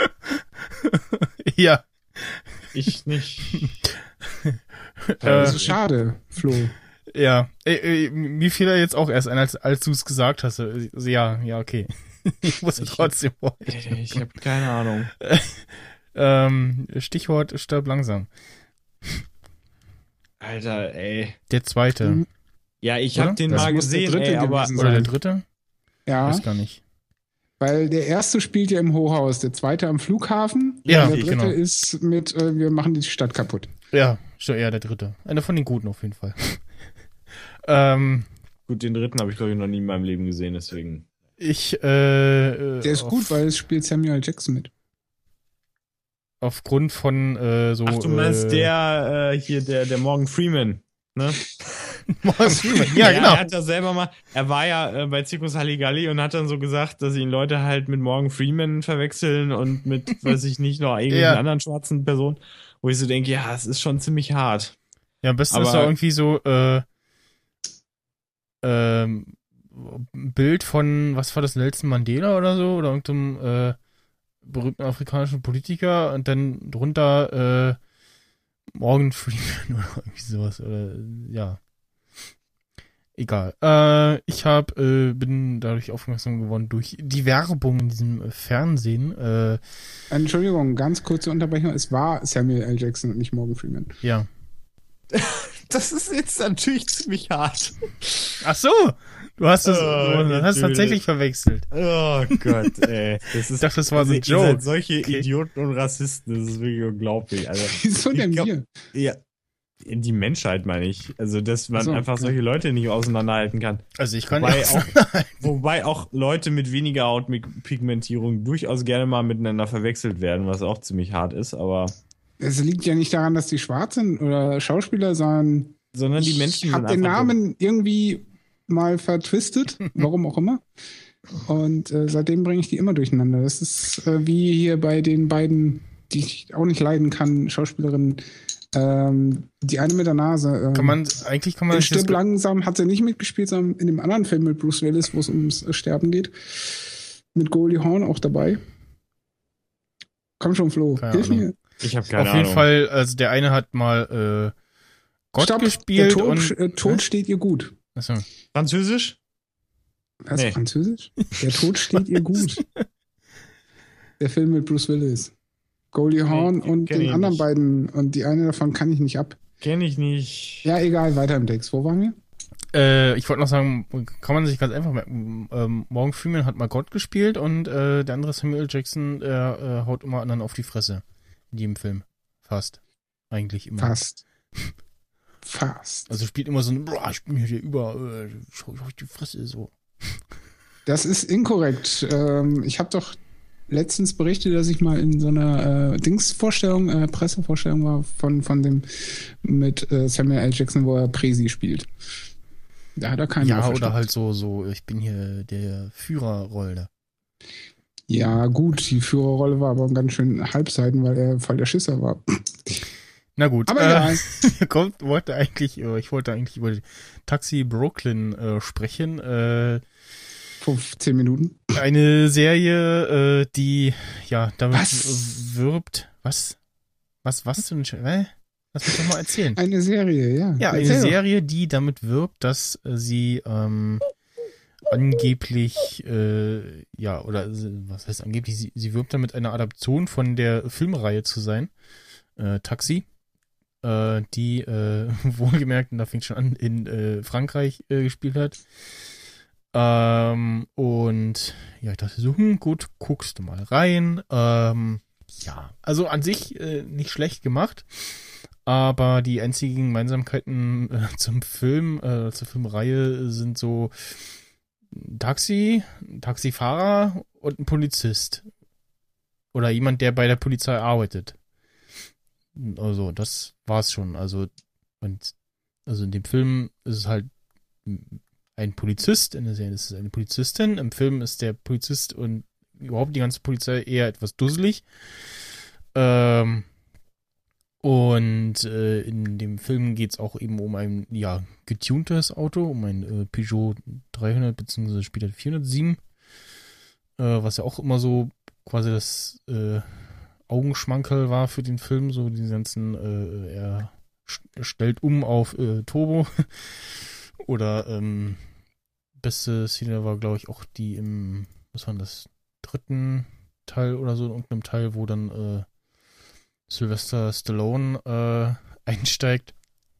Ja. Ich nicht. Das ist schade, Flo. Ja, mir fiel er jetzt auch erst ein, als du es gesagt hast. Also, ja, okay. Ich muss trotzdem wollen. Ich habe keine Ahnung. Stichwort stirb langsam. Alter, ey. Der zweite. Ja, ich habe den das mal gesehen, ey, aber... Oder der dritte? Ja. Ich weiß gar nicht. Weil der erste spielt ja im Hochhaus, der zweite am Flughafen. Ja, und der dritte genau. ist mit, wir machen die Stadt kaputt. Ja, der dritte. Einer von den Guten auf jeden Fall. Gut, den dritten habe ich, glaube ich, noch nie in meinem Leben gesehen, deswegen... Der ist gut, weil es spielt Samuel Jackson mit. Aufgrund von so... Ach, du meinst der Morgan Freeman, ne? Morgan Freeman, ja, genau. Er hat ja selber mal, er war ja bei Zirkus Halligalli und hat dann so gesagt, dass ihn Leute halt mit Morgan Freeman verwechseln und mit, weiß ich nicht, noch irgendeinen anderen schwarzen Personen, wo ich so denke, ja, es ist schon ziemlich hart. Ja, am besten ist da irgendwie so ein Bild von, was war das, Nelson Mandela oder so, oder irgendeinem berühmten afrikanischen Politiker und dann drunter Morgan Freeman oder irgendwie sowas, oder ja. Egal. Ich bin dadurch aufmerksam geworden durch die Werbung in diesem Fernsehen. Entschuldigung, ganz kurze Unterbrechung. Es war Samuel L. Jackson und nicht Morgan Freeman. Ja. Das ist jetzt natürlich ziemlich hart. Ach so, du hast es tatsächlich verwechselt. Oh Gott, ey. Ich dachte, das war so ein Joke. Ihr seid solche Idioten und Rassisten, das ist wirklich unglaublich. Also, Wieso denn wir? Ja, die Menschheit meine ich. Also, dass man einfach solche Leute nicht auseinanderhalten kann. Also ich kann wobei auch Leute mit weniger Hautpigmentierung durchaus gerne mal miteinander verwechselt werden, was auch ziemlich hart ist, aber... Es liegt ja nicht daran, dass die schwarz sind oder Schauspieler, sondern die Menschen ich habe den Namen irgendwie mal vertwistet, warum auch immer. Und seitdem bringe ich die immer durcheinander. Das ist wie hier bei den beiden, die ich auch nicht leiden kann, Schauspielerinnen Die eine mit der Nase. Kann man in Stirb langsam hat sie nicht mitgespielt, sondern in dem anderen Film mit Bruce Willis, wo es ums Sterben geht. Mit Goldie Hawn auch dabei. Komm schon, Flo. Hilf mir. Ich habe keine Ahnung. Auf jeden Fall, also der eine hat mal Gott gespielt der Tod steht ihr gut. Achso. Französisch? Was? Nee. Französisch? Der Tod steht ihr gut. Der Film mit Bruce Willis. Goldie Hawn und den anderen beiden. Und die eine davon kann ich nicht ab. Kenn ich nicht. Ja, egal, weiter im Text. Wo waren wir? Ich wollte noch sagen, kann man sich ganz einfach merken, Morgan Freeman hat mal Gott gespielt und der andere Samuel Jackson, der haut immer anderen auf die Fresse. In jedem Film. Fast. Eigentlich immer. Fast. Also spielt immer so ein, ich bin hier über, schau ich auf die Fresse, so. Das ist inkorrekt. Ich habe doch letztens berichtet, dass ich mal in so einer Pressevorstellung war von dem mit Samuel L. Jackson, wo er Presi spielt. Da hat er keinen. Ja, oder halt so, ich bin hier der Führerrolle. Ja, gut, die Führerrolle war aber ganz schön Halbseiten, weil er voll der Schisser war. Na gut, aber ja. Ich wollte eigentlich über Taxi Brooklyn sprechen. Vor 10 Minuten. Eine Serie, die ja damit wirbt. Was für ein Lass mich doch mal erzählen. Eine Serie, ja. Ja, eine Serie, die damit wirbt, dass sie angeblich, oder was heißt angeblich, sie wirbt damit, eine Adaption von der Filmreihe zu sein, Taxi, die wohlgemerkt, und da fängt schon an, in Frankreich gespielt hat. Und ja, ich dachte so, gut, guckst du mal rein. Ja, also an sich nicht schlecht gemacht. Aber die einzigen Gemeinsamkeiten zur Filmreihe sind so Taxifahrer und ein Polizist. Oder jemand, der bei der Polizei arbeitet. Also, das war's schon. Also in dem Film ist es halt ein Polizist, in der Serie ist es eine Polizistin. Im Film ist der Polizist und überhaupt die ganze Polizei eher etwas dusselig. Und in dem Film geht es auch eben um ein getuntes Auto, um ein Peugeot 300 bzw. später 407, was ja auch immer so quasi das Augenschmankerl war für den Film, so die ganzen, er stellt um auf Turbo. Oder beste Szene war, glaube ich, auch die im, was war das, 3. Teil oder so, in irgendeinem Teil, wo dann Sylvester Stallone einsteigt.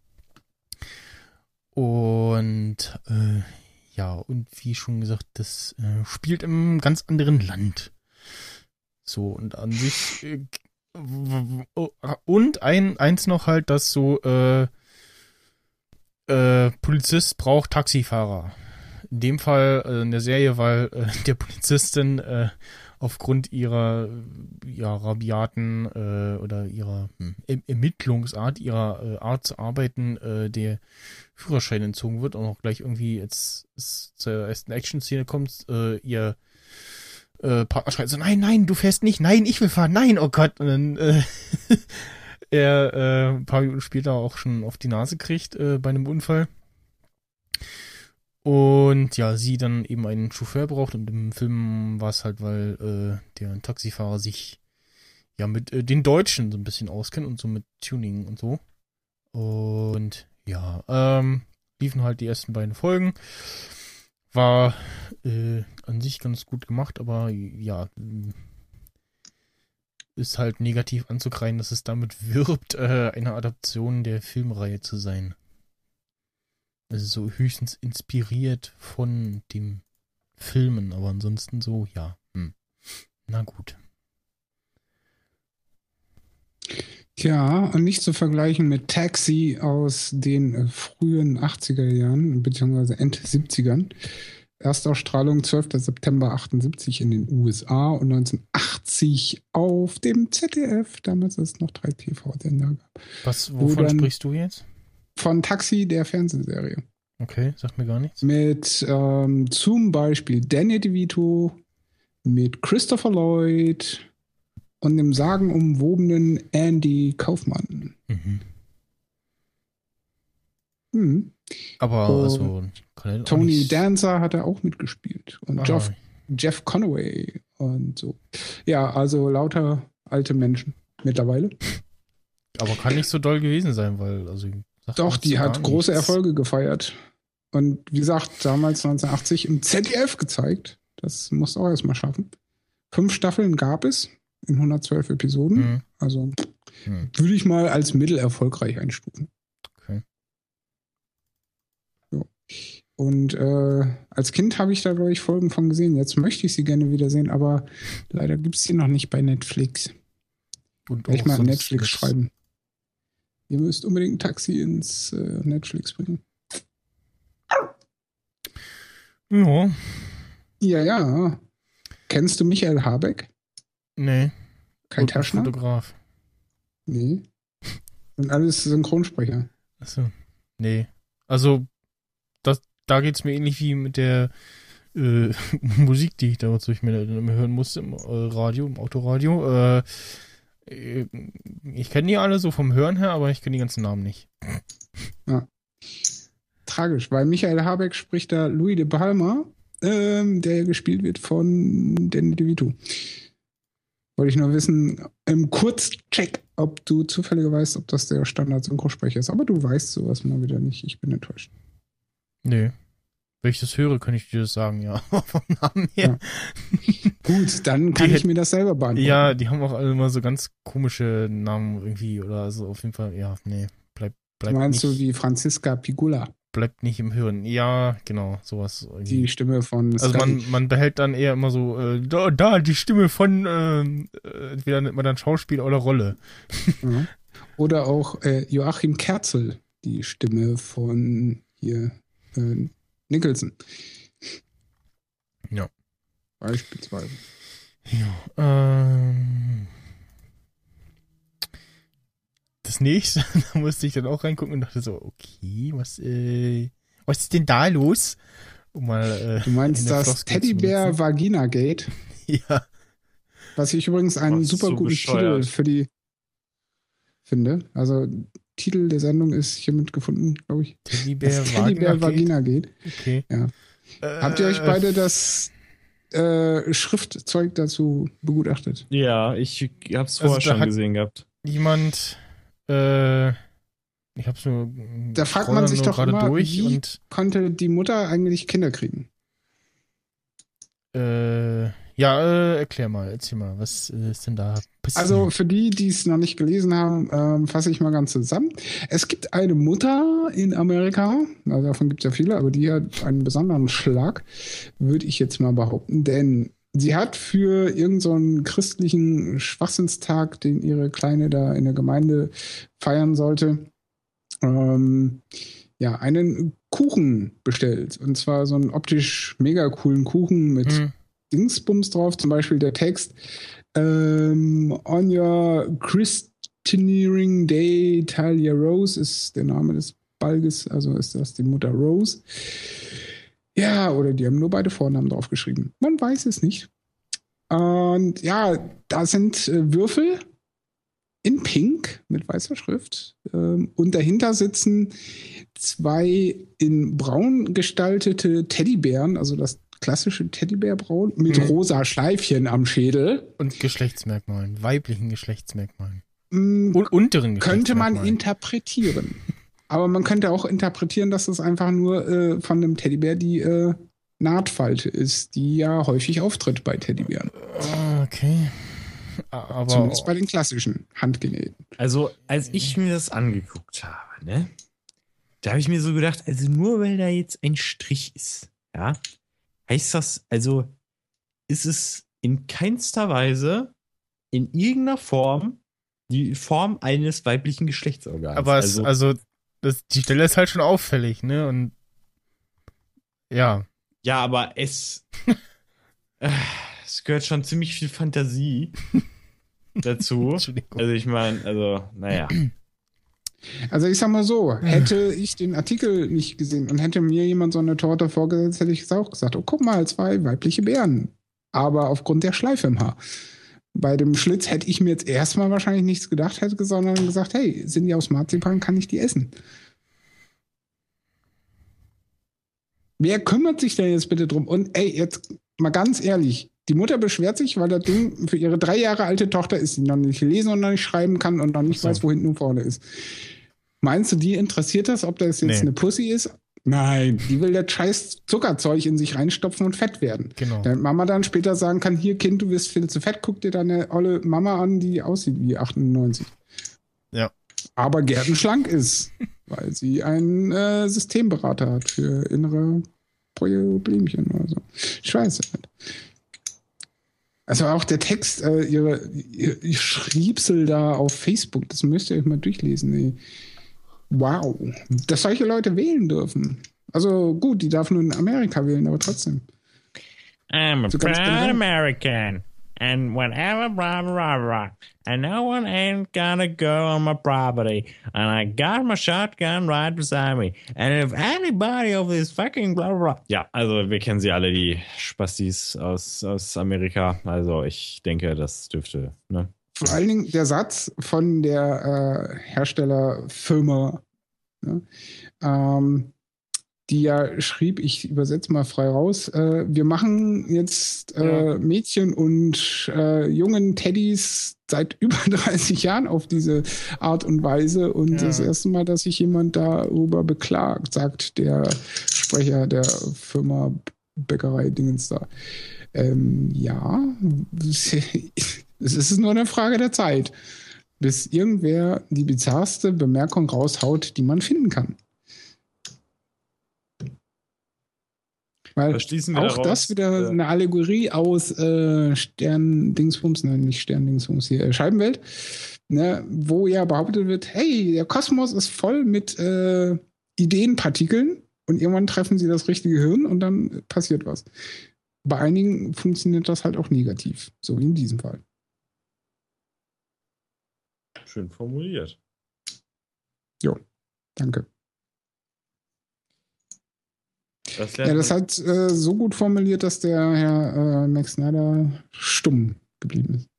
Und und wie schon gesagt, das spielt im ganz anderen Land. So, und an sich und eins noch halt, dass so Polizist braucht Taxifahrer. In dem Fall in der Serie, weil der Polizistin aufgrund ihrer rabiaten oder ihrer Ermittlungsart, ihrer Art zu arbeiten, der Führerschein entzogen wird und auch gleich irgendwie jetzt zur ersten Action-Szene kommt, ihr Partner schreit so, nein, du fährst nicht, nein, ich will fahren, nein, oh Gott. Und dann er ein paar Minuten später auch schon auf die Nase kriegt bei einem Unfall. Und ja, sie dann eben einen Chauffeur braucht. Und im Film war es halt, weil der Taxifahrer sich ja mit den Deutschen so ein bisschen auskennt und so mit Tuning und so. Und ja, liefen halt die ersten beiden Folgen. War an sich ganz gut gemacht, aber ja, ist halt negativ anzukreiden, dass es damit wirbt, eine Adaption der Filmreihe zu sein. Also so höchstens inspiriert von den Filmen, aber ansonsten so, ja. Na gut. Ja, und nicht zu vergleichen mit Taxi aus den frühen 80er Jahren, beziehungsweise End 70ern. Erstausstrahlung 12. September 78 in den USA und 1980 auf dem ZDF. Damals es noch 3 TV-Sender gab. Wovon sprichst du jetzt? Von Taxi, der Fernsehserie. Okay, sagt mir gar nichts. Mit zum Beispiel Danny DeVito, mit Christopher Lloyd und dem sagenumwobenen Andy Kaufman. Mhm. Aber Und also kann er auch Tony nicht- Danza hat er auch mitgespielt. Und Ah, Jeff Conaway und so. Ja, also lauter alte Menschen mittlerweile. aber kann nicht so doll gewesen sein, weil also sagt Doch, mir die so hat gar große nichts. Erfolge gefeiert. Und wie gesagt, damals 1980 im ZDF gezeigt. Das musst du auch erstmal schaffen. 5 Staffeln gab es in 112 Episoden. Hm. Also Hm. würde ich mal als mittelerfolgreich einstufen. Okay. Jo. Und als Kind habe ich da, glaube ich, Folgen von gesehen. Jetzt möchte ich sie gerne wieder sehen, aber leider gibt es sie noch nicht bei Netflix. Und Werde ich auch mal an sonst Netflix nix. schreiben. Ihr müsst unbedingt ein Taxi ins Netflix bringen. Ja, Ja, ja. Kennst du Michael Habeck? nee. Kai Und ein Taschner? Fotograf. Nee. Sind alles Synchronsprecher. Achso. Nee. Also, da geht's mir ähnlich wie mit der Musik, die ich damals durch mir immer hören musste im Radio, im Autoradio. Ich kenne die alle so vom Hören her, aber ich kenne die ganzen Namen nicht. Tragisch, weil Michael Habeck spricht da Louis de Palma, der gespielt wird von Danny DeVito. Wollte ich nur wissen, im Kurzcheck, ob du zufällig weißt, ob das der Standard-Synchronsprecher ist. Aber du weißt sowas mal wieder nicht. Ich bin enttäuscht. Nee. Wenn ich das höre, kann ich dir das sagen, ja. Vom Namen her. Gut, dann kann Die ich mir das selber beantworten. Ja, die haben auch alle immer so ganz komische Namen irgendwie. Oder also auf jeden Fall, ja, nee. Bleibt Meinst nicht, du wie Franziska Pigula, bleibt nicht im Hören. Ja, genau, sowas. Irgendwie. die Stimme von Also Scully? man behält dann eher immer so, da die Stimme von, entweder nennt man dann Schauspiel oder Rolle. Ja. Oder auch Joachim Kerzel, die Stimme von hier Nicholson. Ja. Beispielsweise. Ja, das nächste, da musste ich dann auch reingucken und dachte so, okay, was ist denn da los? Um mal, Du meinst in der das Floskel zu Teddybär nutzen. Vagina Gate, Ja. was ich übrigens einen Was super so guten bescheuert. Titel für die finde. Also Titel der Sendung ist hiermit gefunden, glaube ich. Teddybär, Das Teddybär Vagina Vagina Gate. Okay. Ja. Habt ihr euch beide das Schriftzeug dazu begutachtet? Ja, ich hab's Also vorher da schon hat- gesehen gehabt. Jemand, ich hab's nur, Da fragt scroll man dann sich nur doch gerade immer, durch wie und, konnte die Mutter eigentlich Kinder kriegen? erklär mal, erzähl mal, was ist denn da passiert? Also für die, die es noch nicht gelesen haben, fasse ich mal ganz zusammen. Es gibt eine Mutter in Amerika, also davon gibt es ja viele, aber die hat einen besonderen Schlag, würde ich jetzt mal behaupten, denn sie hat für irgendeinen so einen christlichen Schwachsinnstag, den ihre Kleine da in der Gemeinde feiern sollte, einen Kuchen bestellt. Und zwar so einen optisch mega coolen Kuchen mit Dingsbums drauf, zum Beispiel der Text On your Christening Day, Talia Rose ist der Name des Balges, also ist das die Mutter Rose. Ja, oder die haben nur beide Vornamen draufgeschrieben. Man weiß es nicht. Und ja, da sind Würfel in Pink mit weißer Schrift. Und dahinter sitzen 2 in braun gestaltete Teddybären, also das klassische Teddybärbraun, mit rosa Schleifchen am Schädel. Und Geschlechtsmerkmalen, weiblichen Geschlechtsmerkmalen. Mm, Und unteren könnte man Geschlechtsmerkmalen. interpretieren. Aber man könnte auch interpretieren, dass das einfach nur von einem Teddybär die Nahtfalte ist, die ja häufig auftritt bei Teddybären. Okay. Aber Zumindest bei den klassischen handgenähten. Also, als ich mir das angeguckt habe, ne, da habe ich mir so gedacht, also nur weil da jetzt ein Strich ist, ja, heißt das, also ist es in keinster Weise in irgendeiner Form die Form eines weiblichen Geschlechtsorgans. aber die Stelle ist halt schon auffällig, ne? Und ja. Ja, aber es gehört schon ziemlich viel Fantasie dazu. Entschuldigung. Also ich meine, naja. Also ich sag mal so, hätte ich den Artikel nicht gesehen und hätte mir jemand so eine Torte vorgesetzt, hätte ich auch gesagt, oh, guck mal, 2 weibliche Bären. Aber aufgrund der Schleife im Haar. Bei dem Schlitz hätte ich mir jetzt erstmal wahrscheinlich nichts gedacht, sondern gesagt, hey, sind die aus Marzipan, kann ich die essen? Wer kümmert sich denn jetzt bitte drum? Und ey, jetzt mal ganz ehrlich, die Mutter beschwert sich, weil das Ding für ihre 3 Jahre alte Tochter ist, die noch nicht lesen und noch nicht schreiben kann und noch nicht weiß, wo hinten und vorne ist. Meinst du, die interessiert das, ob das jetzt eine Pussy ist? Nein, die will das scheiß Zuckerzeug in sich reinstopfen und fett werden. Genau. Damit Mama dann später sagen kann, hier Kind, du wirst viel zu fett, guck dir deine olle Mama an, die aussieht wie 98. Ja. Aber gärtenschlank ist, weil sie einen Systemberater hat für innere Problemchen oder so. Scheiße. Also auch der Text, ihr Schriebsel da auf Facebook, das müsst ihr euch mal durchlesen. Ey. Wow, dass solche Leute wählen dürfen. Also gut, die darf nur in Amerika wählen, aber trotzdem. I'm a proud American. And whatever, blah, blah, blah. And no one ain't gonna go on my property. And I got my shotgun right beside me. And if anybody of this fucking blah, blah, blah. Ja, also wir kennen sie alle, die Spastis aus Amerika. Also ich denke, das dürfte, ne? Vor allen Dingen der Satz von der Herstellerfirma, ne, die ja schrieb, ich übersetze mal frei raus, wir machen jetzt Mädchen und jungen Teddys seit über 30 Jahren auf diese Art und Weise und das erste Mal, dass sich jemand darüber beklagt, sagt der Sprecher der Firma Bäckerei Dingens da. Ja, es ist nur eine Frage der Zeit, bis irgendwer die bizarrste Bemerkung raushaut, die man finden kann. Weil auch das wieder eine Allegorie aus Stern-Dingsbums, nein, nicht Stern-Dingsbums, hier Scheibenwelt, ne, wo ja behauptet wird, hey, der Kosmos ist voll mit Ideenpartikeln und irgendwann treffen sie das richtige Hirn und dann passiert was. Bei einigen funktioniert das halt auch negativ, so wie in diesem Fall. Schön formuliert. Jo, danke. Das hat so gut formuliert, dass der Herr Max Snyder stumm geblieben ist.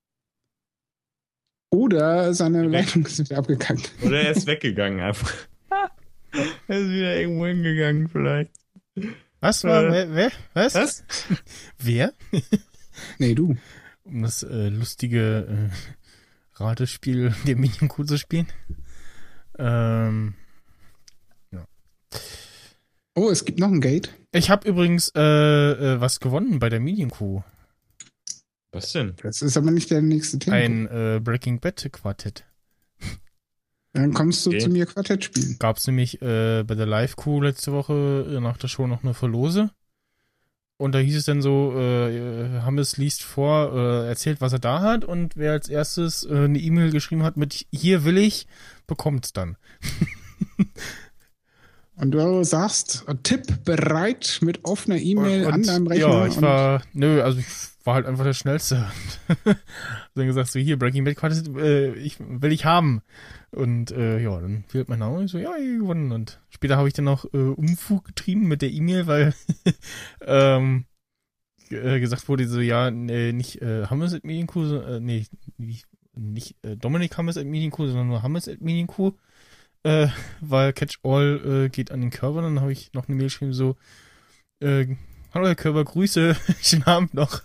Oder seine Leitung ist wieder abgekackt. Oder er ist weggegangen einfach. Er ist wieder irgendwo hingegangen vielleicht. Was? Wer? Was? Was? Wer? Nee, du. Um das lustige Ratespiel der Medienkuh zu spielen. Ja. Oh, es gibt noch ein Gate. Ich habe übrigens was gewonnen bei der Medienkuh. Was denn? Das ist aber nicht der nächste Thema. Ein Breaking Bad Quartett. Dann kommst du zu mir Quartett spielen. Gab's nämlich bei der Live-Kuh letzte Woche nach der Show noch eine Verlose. Und da hieß es dann so, Hammes liest vor, erzählt, was er da hat. Und wer als erstes eine E-Mail geschrieben hat mit hier will ich, bekommt's dann. Und du sagst, Tipp bereit mit offener E-Mail an deinem Rechner. Ja, ich war halt einfach der Schnellste. Dann gesagt, so hier, Breaking Bad Quartett, will ich haben. Und ja, dann fiel mein Name, ich so, ja, ich gewonnen. Und später habe ich dann noch Umfug getrieben mit der E-Mail, weil gesagt wurde, so, ja, nicht Hammes at Medienkuh, nicht Dominik Hammes at Medienkuh, sondern nur Hammes at Medienkuh. Weil Catch-All geht an den Körper. Dann habe ich noch eine Mail geschrieben, so, hallo Herr Körber, Grüße, schönen Abend noch.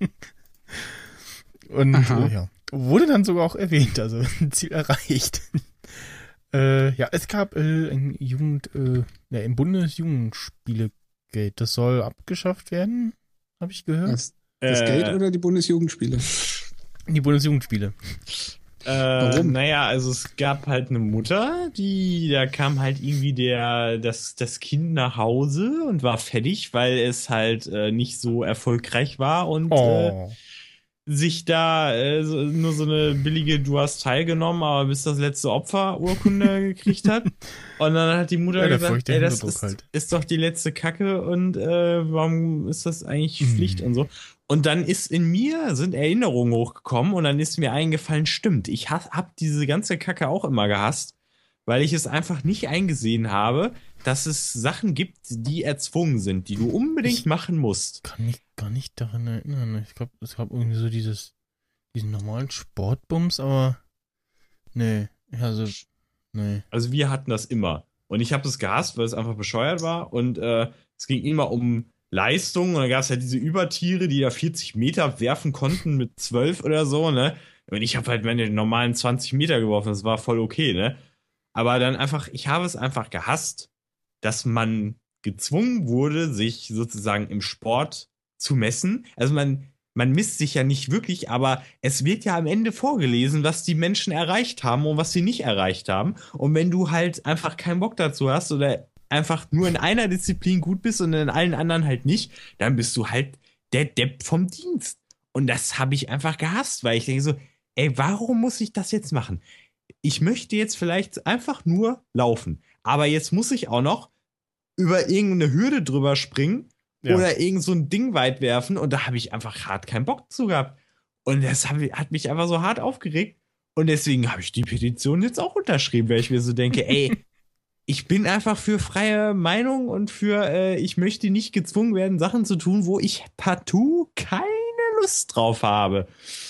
Und ja, wurde dann sogar auch erwähnt, also Ziel erreicht. Ja, es gab ein im Bundesjugendspielegate. Das soll abgeschafft werden, habe ich gehört. Das Gate oder die Bundesjugendspiele? Die Bundesjugendspiele. Warum? Naja, also es gab halt eine Mutter, da kam halt irgendwie das Kind nach Hause und war fertig, weil es halt nicht so erfolgreich war und sich da nur so eine billige "Du hast teilgenommen, aber bist das letzte Opfer"-Urkunde gekriegt hat. Und dann hat die Mutter gesagt, ey, das ist doch die letzte Kacke und warum ist das eigentlich Pflicht und so. Und dann sind Erinnerungen hochgekommen und dann ist mir eingefallen, stimmt, ich hab diese ganze Kacke auch immer gehasst, weil ich es einfach nicht eingesehen habe, dass es Sachen gibt, die erzwungen sind, die du unbedingt machen musst. Kann mich gar nicht daran erinnern. Ich glaube, es gab irgendwie so diesen normalen Sportbums, aber nee. Also wir hatten das immer. Und ich habe das gehasst, weil es einfach bescheuert war und es ging immer um Leistung und dann gab es halt diese Übertiere, die da 40 Meter werfen konnten mit 12 oder so, ne? Und ich habe halt meine normalen 20 Meter geworfen, das war voll okay, ne? Aber dann einfach, ich habe es einfach gehasst, dass man gezwungen wurde, sich sozusagen im Sport zu messen. Also man misst sich ja nicht wirklich, aber es wird ja am Ende vorgelesen, was die Menschen erreicht haben und was sie nicht erreicht haben. Und wenn du halt einfach keinen Bock dazu hast oder einfach nur in einer Disziplin gut bist und in allen anderen halt nicht, dann bist du halt der Depp vom Dienst. Und das habe ich einfach gehasst, weil ich denke so, ey, warum muss ich das jetzt machen? Ich möchte jetzt vielleicht einfach nur laufen, aber jetzt muss ich auch noch über irgendeine Hürde drüber springen oder irgend so ein Ding weit werfen und da habe ich einfach hart keinen Bock zu gehabt. Und das hat mich einfach so hart aufgeregt und deswegen habe ich die Petition jetzt auch unterschrieben, weil ich mir so denke, ey, ich bin einfach für freie Meinung und für, ich möchte nicht gezwungen werden, Sachen zu tun, wo ich partout keine Lust drauf habe.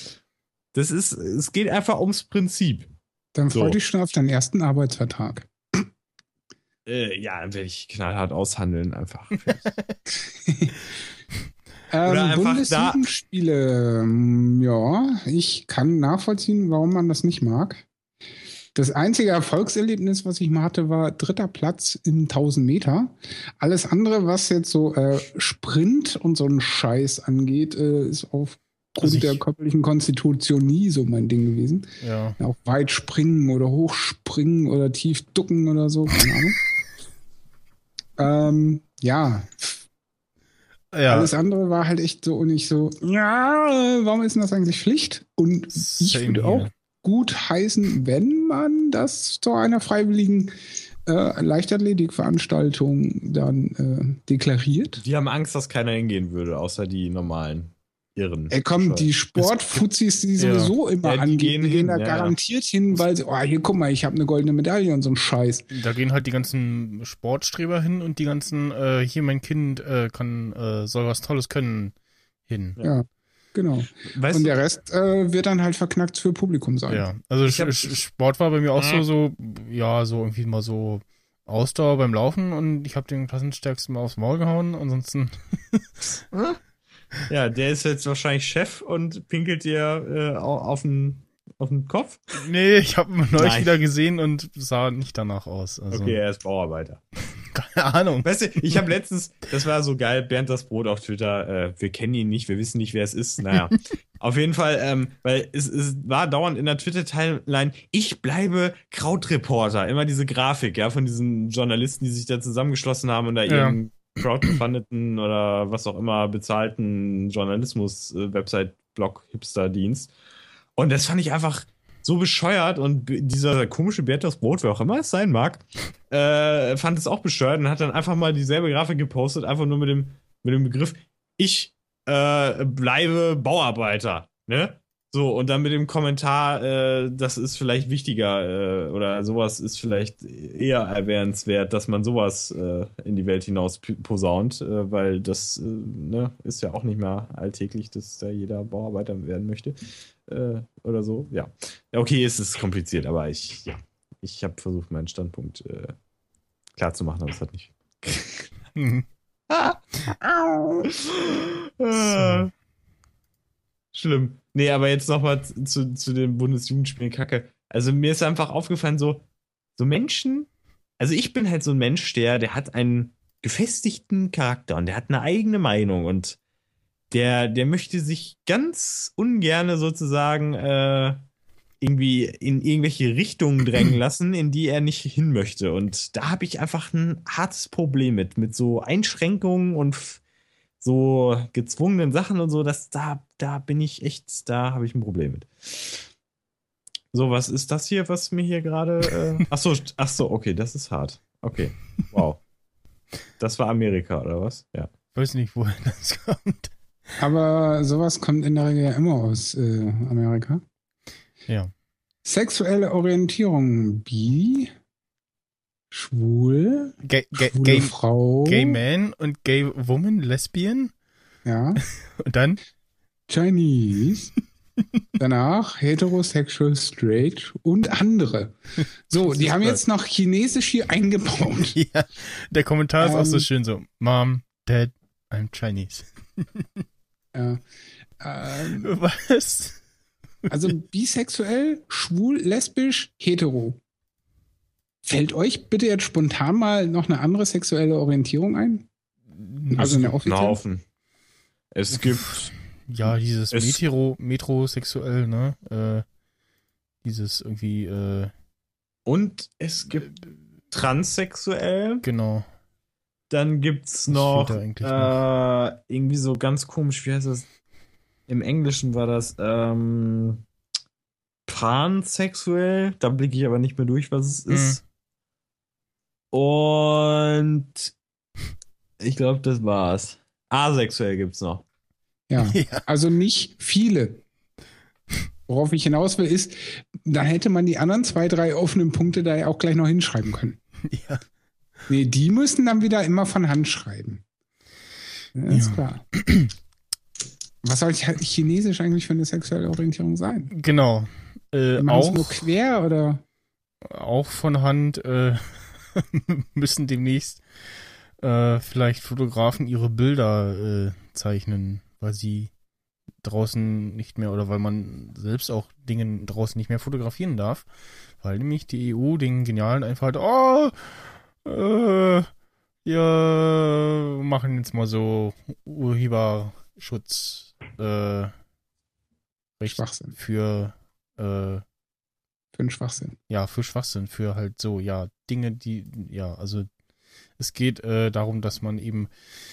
Es geht einfach ums Prinzip. Dann freu dich schon auf deinen ersten Arbeitsvertrag. Ja, dann werde ich knallhart aushandeln, einfach. Oder einfach Bundesjugendspiele. Ja, ich kann nachvollziehen, warum man das nicht mag. Das einzige Erfolgserlebnis, was ich mal hatte, war 3. Platz in 1000 Meter. Alles andere, was jetzt so Sprint und so einen Scheiß angeht, ist aufgrund der körperlichen Konstitution nie so mein Ding gewesen. Ja. Auch weit springen oder hochspringen oder tief ducken oder so, keine Ahnung. Ja. Alles andere war halt echt so und nicht so, ja, warum ist denn das eigentlich Pflicht? Und ich würde auch gut heißen, wenn man das zu einer freiwilligen Leichtathletikveranstaltung dann deklariert. Die haben Angst, dass keiner hingehen würde, außer die normalen Irren. Ey, komm, die Sportfuzis, die sowieso immer angehen, die gehen da garantiert hin, weil sie, hier, guck mal, ich habe eine goldene Medaille und so ein Scheiß. Da gehen halt die ganzen Sportstreber hin und die ganzen, hier mein Kind soll was Tolles können, hin. Ja, genau. Und der Rest wird dann halt verknackt für Publikum sein. Ja, also Sport war bei mir auch so irgendwie mal so Ausdauer beim Laufen und ich habe den Klassenstärksten mal aufs Maul gehauen, ansonsten... Ja, der ist jetzt wahrscheinlich Chef und pinkelt dir auf den Kopf? Nee, ich habe ihn neulich wieder gesehen und sah nicht danach aus. Also. Okay, er ist Bauarbeiter. Keine Ahnung. Weißt du, ich habe letztens, das war so geil, Bernd das Brot auf Twitter, wir kennen ihn nicht, wir wissen nicht, wer es ist. Naja, auf jeden Fall, weil es war dauernd in der Twitter-Timeline, ich bleibe Krautreporter. Immer diese Grafik, ja, von diesen Journalisten, die sich da zusammengeschlossen haben und da ihren crowdfundeten oder was auch immer bezahlten Journalismus-Website-Blog-Hipster-Dienst. Und das fand ich einfach so bescheuert und dieser komische Bernd das Brot, wer auch immer es sein mag, fand es auch bescheuert und hat dann einfach mal dieselbe Grafik gepostet, einfach nur mit dem Begriff, ich bleibe Bauarbeiter, ne? So, und dann mit dem Kommentar, das ist vielleicht wichtiger oder sowas ist vielleicht eher erwähnenswert, dass man sowas in die Welt hinaus posaunt, weil das ist ja auch nicht mehr alltäglich, dass da jeder Bauarbeiter werden möchte oder so. Ja, okay, es ist kompliziert, aber ich habe versucht, meinen Standpunkt klar zu machen, aber es hat nicht. Schlimm. Nee, aber jetzt nochmal zu den Bundesjugendspielen Kacke. Also mir ist einfach aufgefallen, so Menschen, also ich bin halt so ein Mensch, der hat einen gefestigten Charakter und der hat eine eigene Meinung und der möchte sich ganz ungerne sozusagen irgendwie in irgendwelche Richtungen drängen lassen, in die er nicht hin möchte. Und da habe ich einfach ein hartes Problem mit so Einschränkungen und so gezwungenen Sachen und so, da bin ich echt, da habe ich ein Problem mit. So, was ist das hier, was mir hier gerade... Ach so, okay, das ist hart. Okay, wow. Das war Amerika, oder was? Ja. Ich weiß nicht, woher das kommt. Aber sowas kommt in der Regel ja immer aus Amerika. Ja. Sexuelle Orientierung, bi, schwul, schwule Frau. Gay Man und Gay Woman, Lesbian. Ja. Und dann? Chinese. Danach heterosexual, straight und andere. So, die haben jetzt noch Chinesisch hier eingebaut. Ja, der Kommentar ist auch so schön so. Mom, Dad, I'm Chinese. Ja. Was? Also bisexuell, schwul, lesbisch, hetero. Fällt euch bitte jetzt spontan mal noch eine andere sexuelle Orientierung ein? Also eine offizielle? Haufen. Es gibt ja dieses metrosexuell, ne? Dieses irgendwie und es gibt transsexuell. Genau. Dann gibt's noch irgendwie so ganz komisch, wie heißt das? Im Englischen war das pansexuell. Da blicke ich aber nicht mehr durch, was es ist. Und ich glaube, das war's. Asexuell gibt's noch. Ja, also nicht viele. Worauf ich hinaus will, ist, dann hätte man die anderen 2, 3 offenen Punkte da ja auch gleich noch hinschreiben können. Ja. Nee, die müssen dann wieder immer von Hand schreiben. Ja, ist klar. Was soll Chinesisch eigentlich für eine sexuelle Orientierung sein? Genau. Auch nur quer oder? Auch von Hand müssen demnächst vielleicht Fotografen ihre Bilder zeichnen, weil sie draußen nicht mehr oder weil man selbst auch Dinge draußen nicht mehr fotografieren darf, weil nämlich die EU den genialen Einfall hat, ja, machen jetzt mal so Urheberschutz Schwachsinn. für einen Schwachsinn. Ja, für Schwachsinn, für halt so, ja, Dinge, die, ja, also es geht darum, dass man eben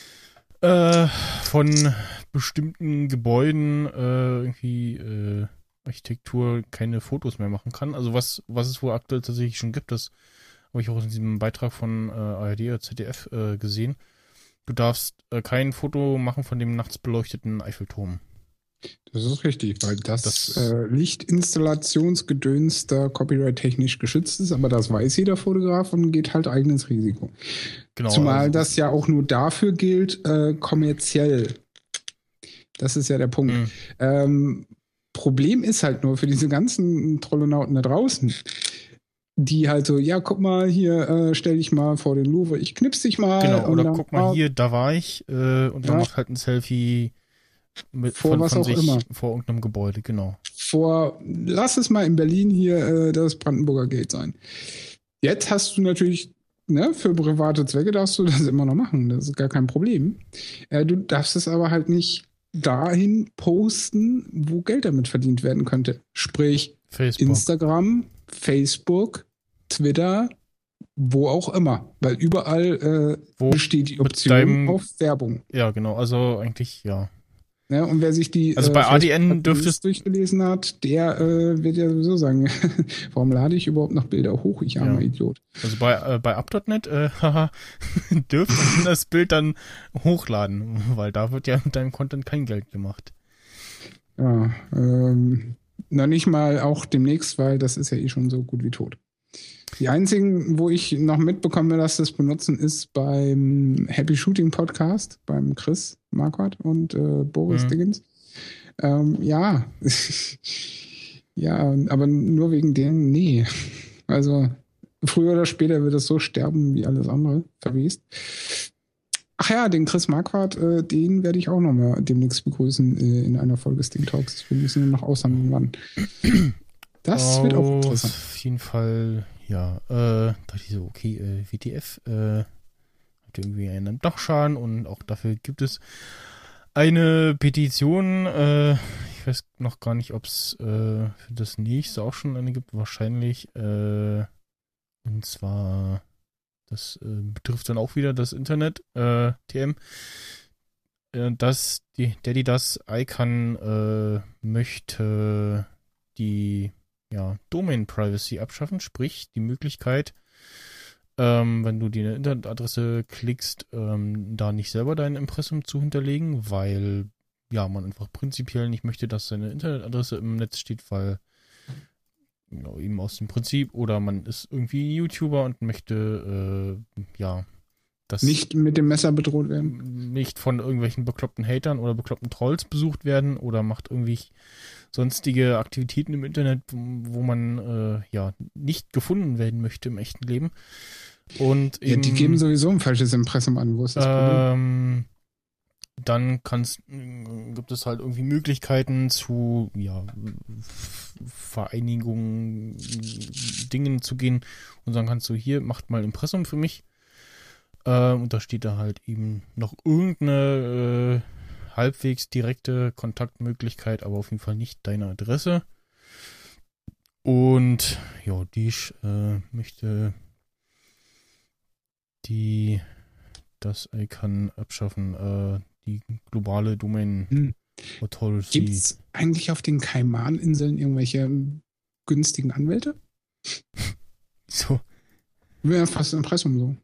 von bestimmten Gebäuden irgendwie Architektur keine Fotos mehr machen kann. Also was es wohl aktuell tatsächlich schon gibt, das habe ich auch in diesem Beitrag von ARD oder ZDF gesehen. Du darfst kein Foto machen von dem nachts beleuchteten Eiffelturm. Das ist richtig, weil das Lichtinstallationsgedöns da copyright-technisch geschützt ist, aber das weiß jeder Fotograf und geht halt eigenes Risiko. Genau, zumal also das ja auch nur dafür gilt, kommerziell. Das ist ja der Punkt. Problem ist halt nur für diese ganzen Trollonauten da draußen, die halt so, ja, guck mal, hier stell dich mal vor den Louvre, ich knips dich mal. Genau, oder dann, guck mal hier, da war ich und dann macht halt ein Selfie vor was auch immer. Vor irgendeinem Gebäude, genau. Lass es mal in Berlin hier das Brandenburger Gate sein. Jetzt hast du natürlich, ne, für private Zwecke darfst du das immer noch machen. Das ist gar kein Problem. Du darfst es aber halt nicht dahin posten, wo Geld damit verdient werden könnte. Sprich, Facebook. Instagram, Facebook, Twitter, wo auch immer. Weil überall besteht die Option auf Werbung. Ja, genau. Also eigentlich, ja. Ja, und wer sich die bei ADN durchgelesen hat, der wird ja sowieso sagen, warum lade ich überhaupt noch Bilder hoch, ich armer Idiot. Also bei up.net dürft ihr das Bild dann hochladen, weil da wird ja mit deinem Content kein Geld gemacht. Ja, noch nicht mal auch demnächst, weil das ist ja eh schon so gut wie tot. Die einzigen, wo ich noch mitbekomme, dass das benutzen, ist beim Happy Shooting Podcast, beim Chris Marquardt und Boris Diggins. Ja. Ja, aber nur wegen denen, nee. Also früher oder später wird es so sterben wie alles andere, verwest. Ach ja, den Chris Marquardt, den werde ich auch noch mal demnächst begrüßen in einer Folge Sting Talks. Wir müssen nur noch aushandeln, wann. Das wird auch interessant. Auf jeden Fall, ja. Dachte ich so, okay, WTF hat irgendwie einen Dachschaden und auch dafür gibt es eine Petition. Ich weiß noch gar nicht, ob es für das nächste auch schon eine gibt. Wahrscheinlich. Und zwar, das betrifft dann auch wieder das Internet, TM. Das ICANN möchte die Domain Privacy abschaffen, sprich die Möglichkeit, wenn du die Internetadresse klickst, da nicht selber dein Impressum zu hinterlegen, weil man einfach prinzipiell nicht möchte, dass seine Internetadresse im Netz steht, weil eben aus dem Prinzip, oder man ist irgendwie YouTuber und möchte das nicht mit dem Messer bedroht werden, nicht von irgendwelchen bekloppten Hatern oder bekloppten Trolls besucht werden oder macht irgendwie sonstige Aktivitäten im Internet, wo man nicht gefunden werden möchte im echten Leben. Und Ja, die geben sowieso ein falsches Impressum an. Wo ist das Problem? Dann gibt es halt irgendwie Möglichkeiten zu Vereinigungen, Dingen zu gehen und sagen kannst du, hier, macht mal Impressum für mich. Und da steht da halt eben noch irgendeine halbwegs direkte Kontaktmöglichkeit, aber auf jeden Fall nicht deine Adresse. Und ja, die möchte das ICANN abschaffen, die globale Domain Authority. Gibt es eigentlich auf den Kaimaninseln irgendwelche günstigen Anwälte? So. Wäre fast Impressum so.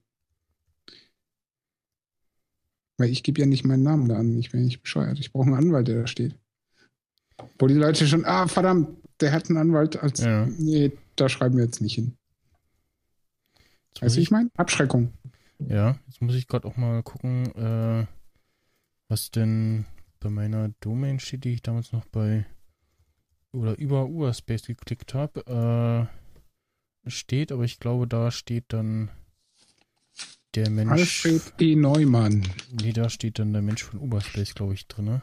Weil ich gebe ja nicht meinen Namen da an. Ich bin ja nicht bescheuert. Ich brauche einen Anwalt, der da steht. Wo die Leute schon, verdammt, der hat einen Anwalt als. Ja. Nee, da schreiben wir jetzt nicht hin. Weißt du, wie ich meine? Abschreckung. Ja, jetzt muss ich gerade auch mal gucken, was denn bei meiner Domain steht, die ich damals noch über Uberspace geklickt habe. Steht, aber ich glaube, da steht dann der Mensch. Alfred E. Neumann. Nee, da steht dann der Mensch von Uberspace, glaube ich, drin.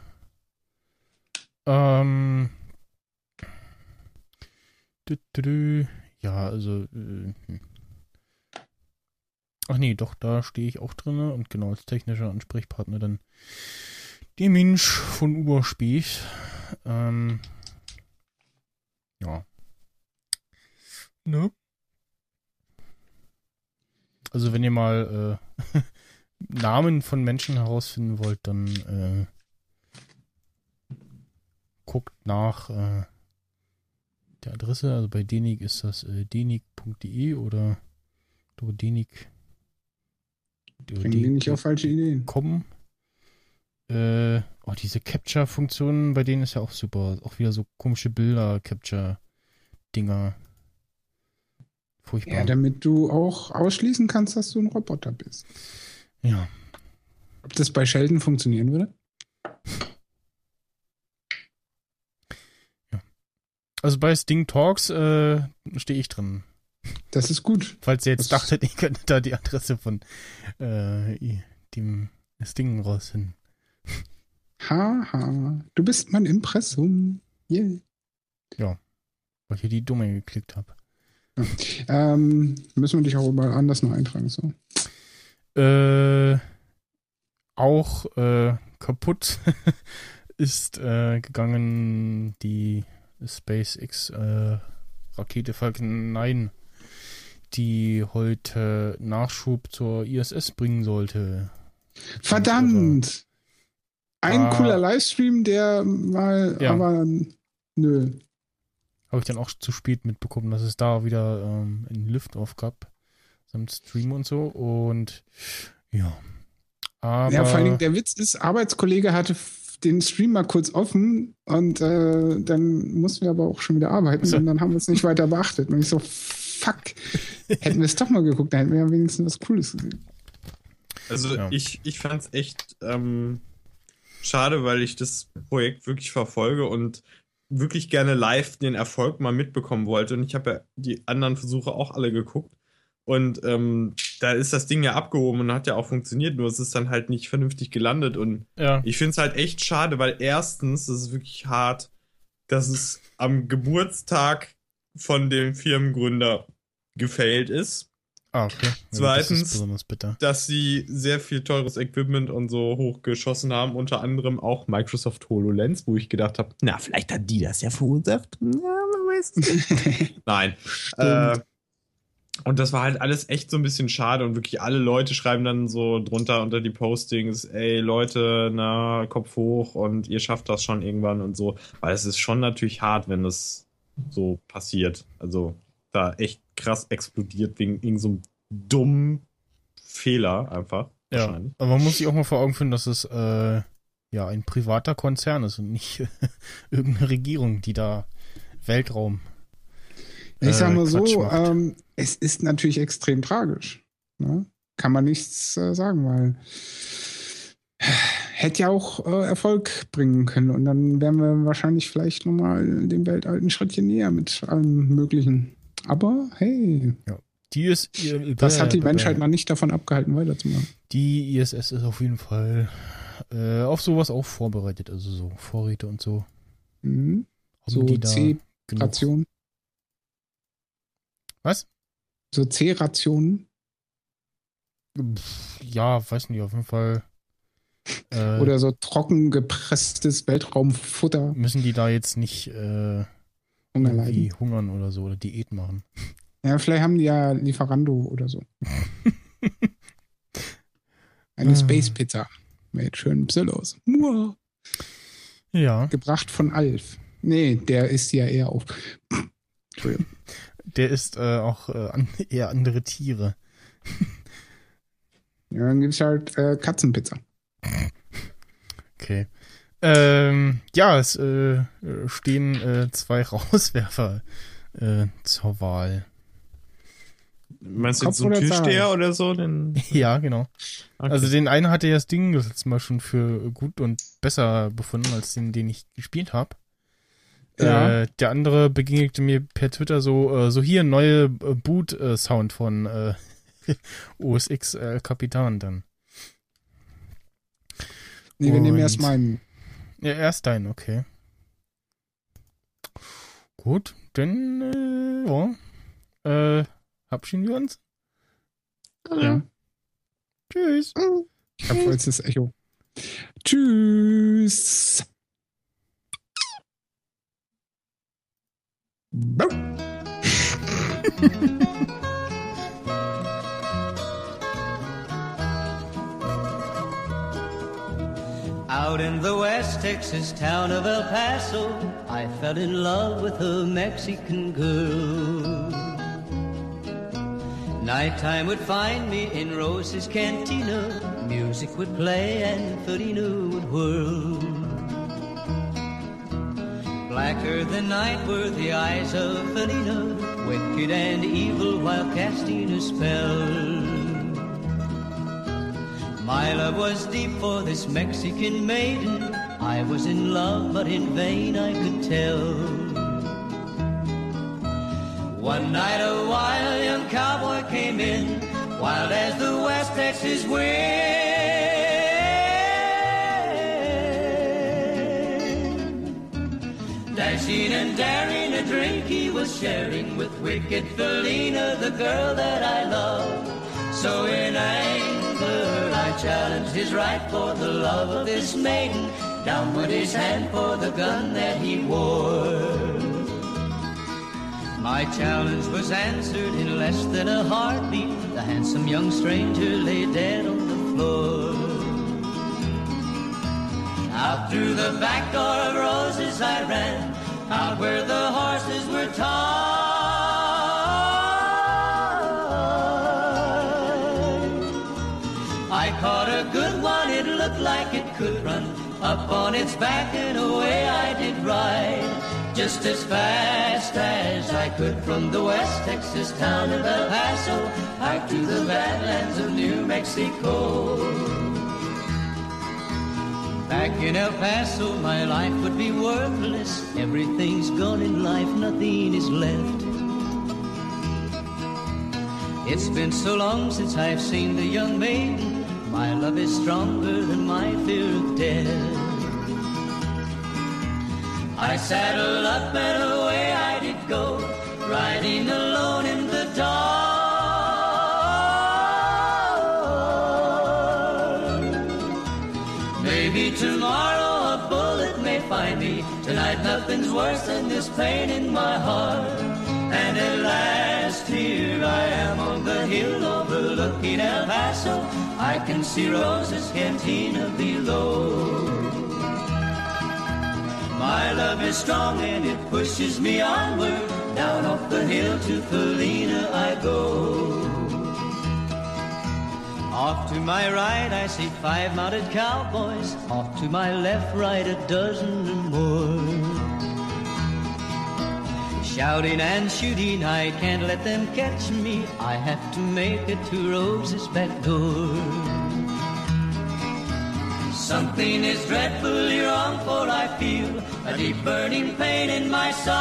Ja, also. Ach nee, doch, da stehe ich auch drin und genau als technischer Ansprechpartner dann der Mensch von Uberspace. Ja. Ne? Also wenn ihr mal Namen von Menschen herausfinden wollt, dann guckt nach der Adresse. Also bei Denik ist das denik.de oder Denik. Bringen die nicht auf falsche Ideen. Diese Capture-Funktionen bei denen ist ja auch super. Auch wieder so komische Bilder-Capture-Dinger. Furchtbar. Ja, damit du auch ausschließen kannst, dass du ein Roboter bist. Ja. Ob das bei Sheldon funktionieren würde? Ja. Also bei Sting Talks stehe ich drin. Das ist gut. Falls ihr jetzt dachtet, ich könnte da die Adresse von dem Sting rausfinden. Haha, du bist mein Impressum. Yeah. Ja, weil ich hier die Domain geklickt habe. Ja. Müssen wir dich auch überall anders noch eintragen, so? Auch kaputt ist gegangen die SpaceX Rakete Falcon 9, die heute Nachschub zur ISS bringen sollte. Verdammt! Ein cooler Livestream, der mal, ja. Aber nö. Habe ich dann auch zu spät mitbekommen, dass es da wieder einen Liftoff gab, samt Stream und so. Und ja. Aber ja, vor allen Dingen der Witz ist, Arbeitskollege hatte den Stream mal kurz offen und dann mussten wir aber auch schon wieder arbeiten und dann haben wir es nicht weiter beachtet. Und ich so, fuck, hätten wir es doch mal geguckt, dann hätten wir ja wenigstens was Cooles gesehen. Also ja. Ich fand es echt schade, weil ich das Projekt wirklich verfolge und wirklich gerne live den Erfolg mal mitbekommen wollte. Und ich habe ja die anderen Versuche auch alle geguckt. Und da ist das Ding ja abgehoben und hat ja auch funktioniert, nur es ist dann halt nicht vernünftig gelandet. Und ich finde es halt echt schade, weil erstens, das ist wirklich hart, dass es am Geburtstag von dem Firmengründer gefailt ist. Okay. Zweitens, dass sie sehr viel teures Equipment und so hochgeschossen haben, unter anderem auch Microsoft HoloLens, wo ich gedacht habe, na, vielleicht hat die das ja verursacht. Ja, man weiß es nicht. Nein. Und das war halt alles echt so ein bisschen schade und wirklich alle Leute schreiben dann so drunter unter die Postings, ey Leute, na, Kopf hoch und ihr schafft das schon irgendwann und so. Weil es ist schon natürlich hart, wenn das so passiert. Also da echt krass explodiert wegen irgend so einem dummen Fehler einfach. Ja, aber man muss sich auch mal vor Augen führen, dass es ein privater Konzern ist und nicht irgendeine Regierung, die da Weltraum ich sag mal so, es ist natürlich extrem tragisch. Ne? Kann man nichts sagen, weil Hätte ja auch Erfolg bringen können. Und dann wären wir wahrscheinlich vielleicht nochmal dem Weltall ein Schrittchen näher mit allem Möglichen. Aber hey. Ja. Das hat die Menschheit noch nicht davon abgehalten, weiterzumachen. Die ISS ist auf jeden Fall auf sowas auch vorbereitet. Also so Vorräte und so. Mhm. So die da C-Rationen. Was? So C-Rationen. Ja, weiß nicht, auf jeden Fall. Oder so trocken gepresstes Weltraumfutter. Müssen die da jetzt nicht irgendwie hungern oder so oder Diät machen? Ja, vielleicht haben die ja Lieferando oder so. Eine Space-Pizza mit schönen Psillos. Ja. Gebracht von Alf. Nee, der isst ja eher auf. Entschuldigung. Der isst auch eher andere Tiere. Ja, dann gibt es halt Katzenpizza. Okay. Ja, es stehen 2 Rauswerfer zur Wahl. Meinst du jetzt so ein Türsteher oder so? Ja, genau. Okay. Also den einen hatte ja das Ding das letzte Mal schon für gut und besser befunden, als den ich gespielt habe. Ja. Der andere begegnete mir per Twitter so hier neue Boot-Sound von OS X Kapitan dann. Nee, wir nehmen erst meinen. Ja, erst deinen, okay. Gut, dann verabschieden wir uns. Ja. Tschüss. Ich hab vollstes Echo. Tschüss. Out in the West Texas town of El Paso, I fell in love with a Mexican girl. Nighttime would find me in Rose's Cantina. Music would play and Felina would whirl. Blacker than night were the eyes of Felina, wicked and evil while casting a spell. My love was deep for this Mexican maiden. I was in love, but in vain I could tell. One night a wild young cowboy came in, wild as the West Texas wind. Dashing and daring, a drink he was sharing with wicked Felina, the girl that I love. So in anger I challenged his right for the love of this maiden. Down went his hand for the gun that he wore. My challenge was answered in less than a heartbeat. The handsome young stranger lay dead on the floor. Out through the back door of Roses I ran, out where the horses were tied. I caught a good one, it looked like it could run. Up on its back and away I did ride, just as fast as I could from the West Texas town of El Paso out to the badlands of New Mexico. Back in El Paso my life would be worthless. Everything's gone in life, nothing is left. It's been so long since I've seen the young maiden. My love is stronger than my fear of death. I saddled up and away I did go, riding alone in the dark. Maybe tomorrow a bullet may find me. Tonight nothing's worse than this pain in my heart. And at last here I am on the hill overlooking El Paso. I can see Rose's Cantina below. My love is strong and it pushes me onward. Down off the hill to Felina I go. Off to my right I see 5 mounted cowboys. Off to my left, right, a dozen or more. Shouting and shooting, I can't let them catch me. I have to make it to Rose's back door. Something is dreadfully wrong, for I feel a deep burning pain in my side.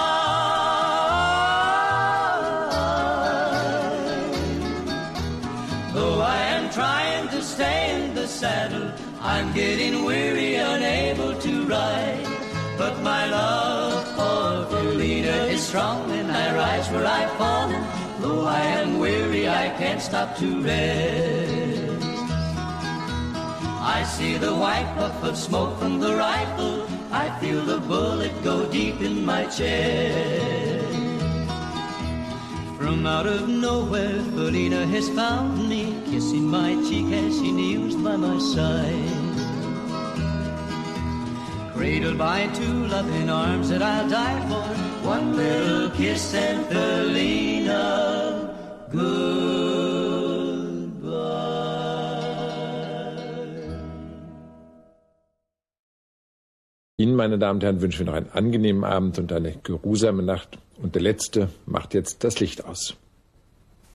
Though I am trying to stay in the saddle, I'm getting weary, unable to ride. But my love for Felina is strong, and I rise where I've fallen. Though I am weary, I can't stop to rest. I see the white puff of smoke from the rifle. I feel the bullet go deep in my chest. From out of nowhere, Felina has found me, kissing my cheek as she kneels by my side. Cradled by two loving arms that I'll die for, one little kiss and Felina, goodbye. Ihnen, meine Damen und Herren, wünschen wir noch einen angenehmen Abend und eine geruhsame Nacht. Und der Letzte macht jetzt das Licht aus.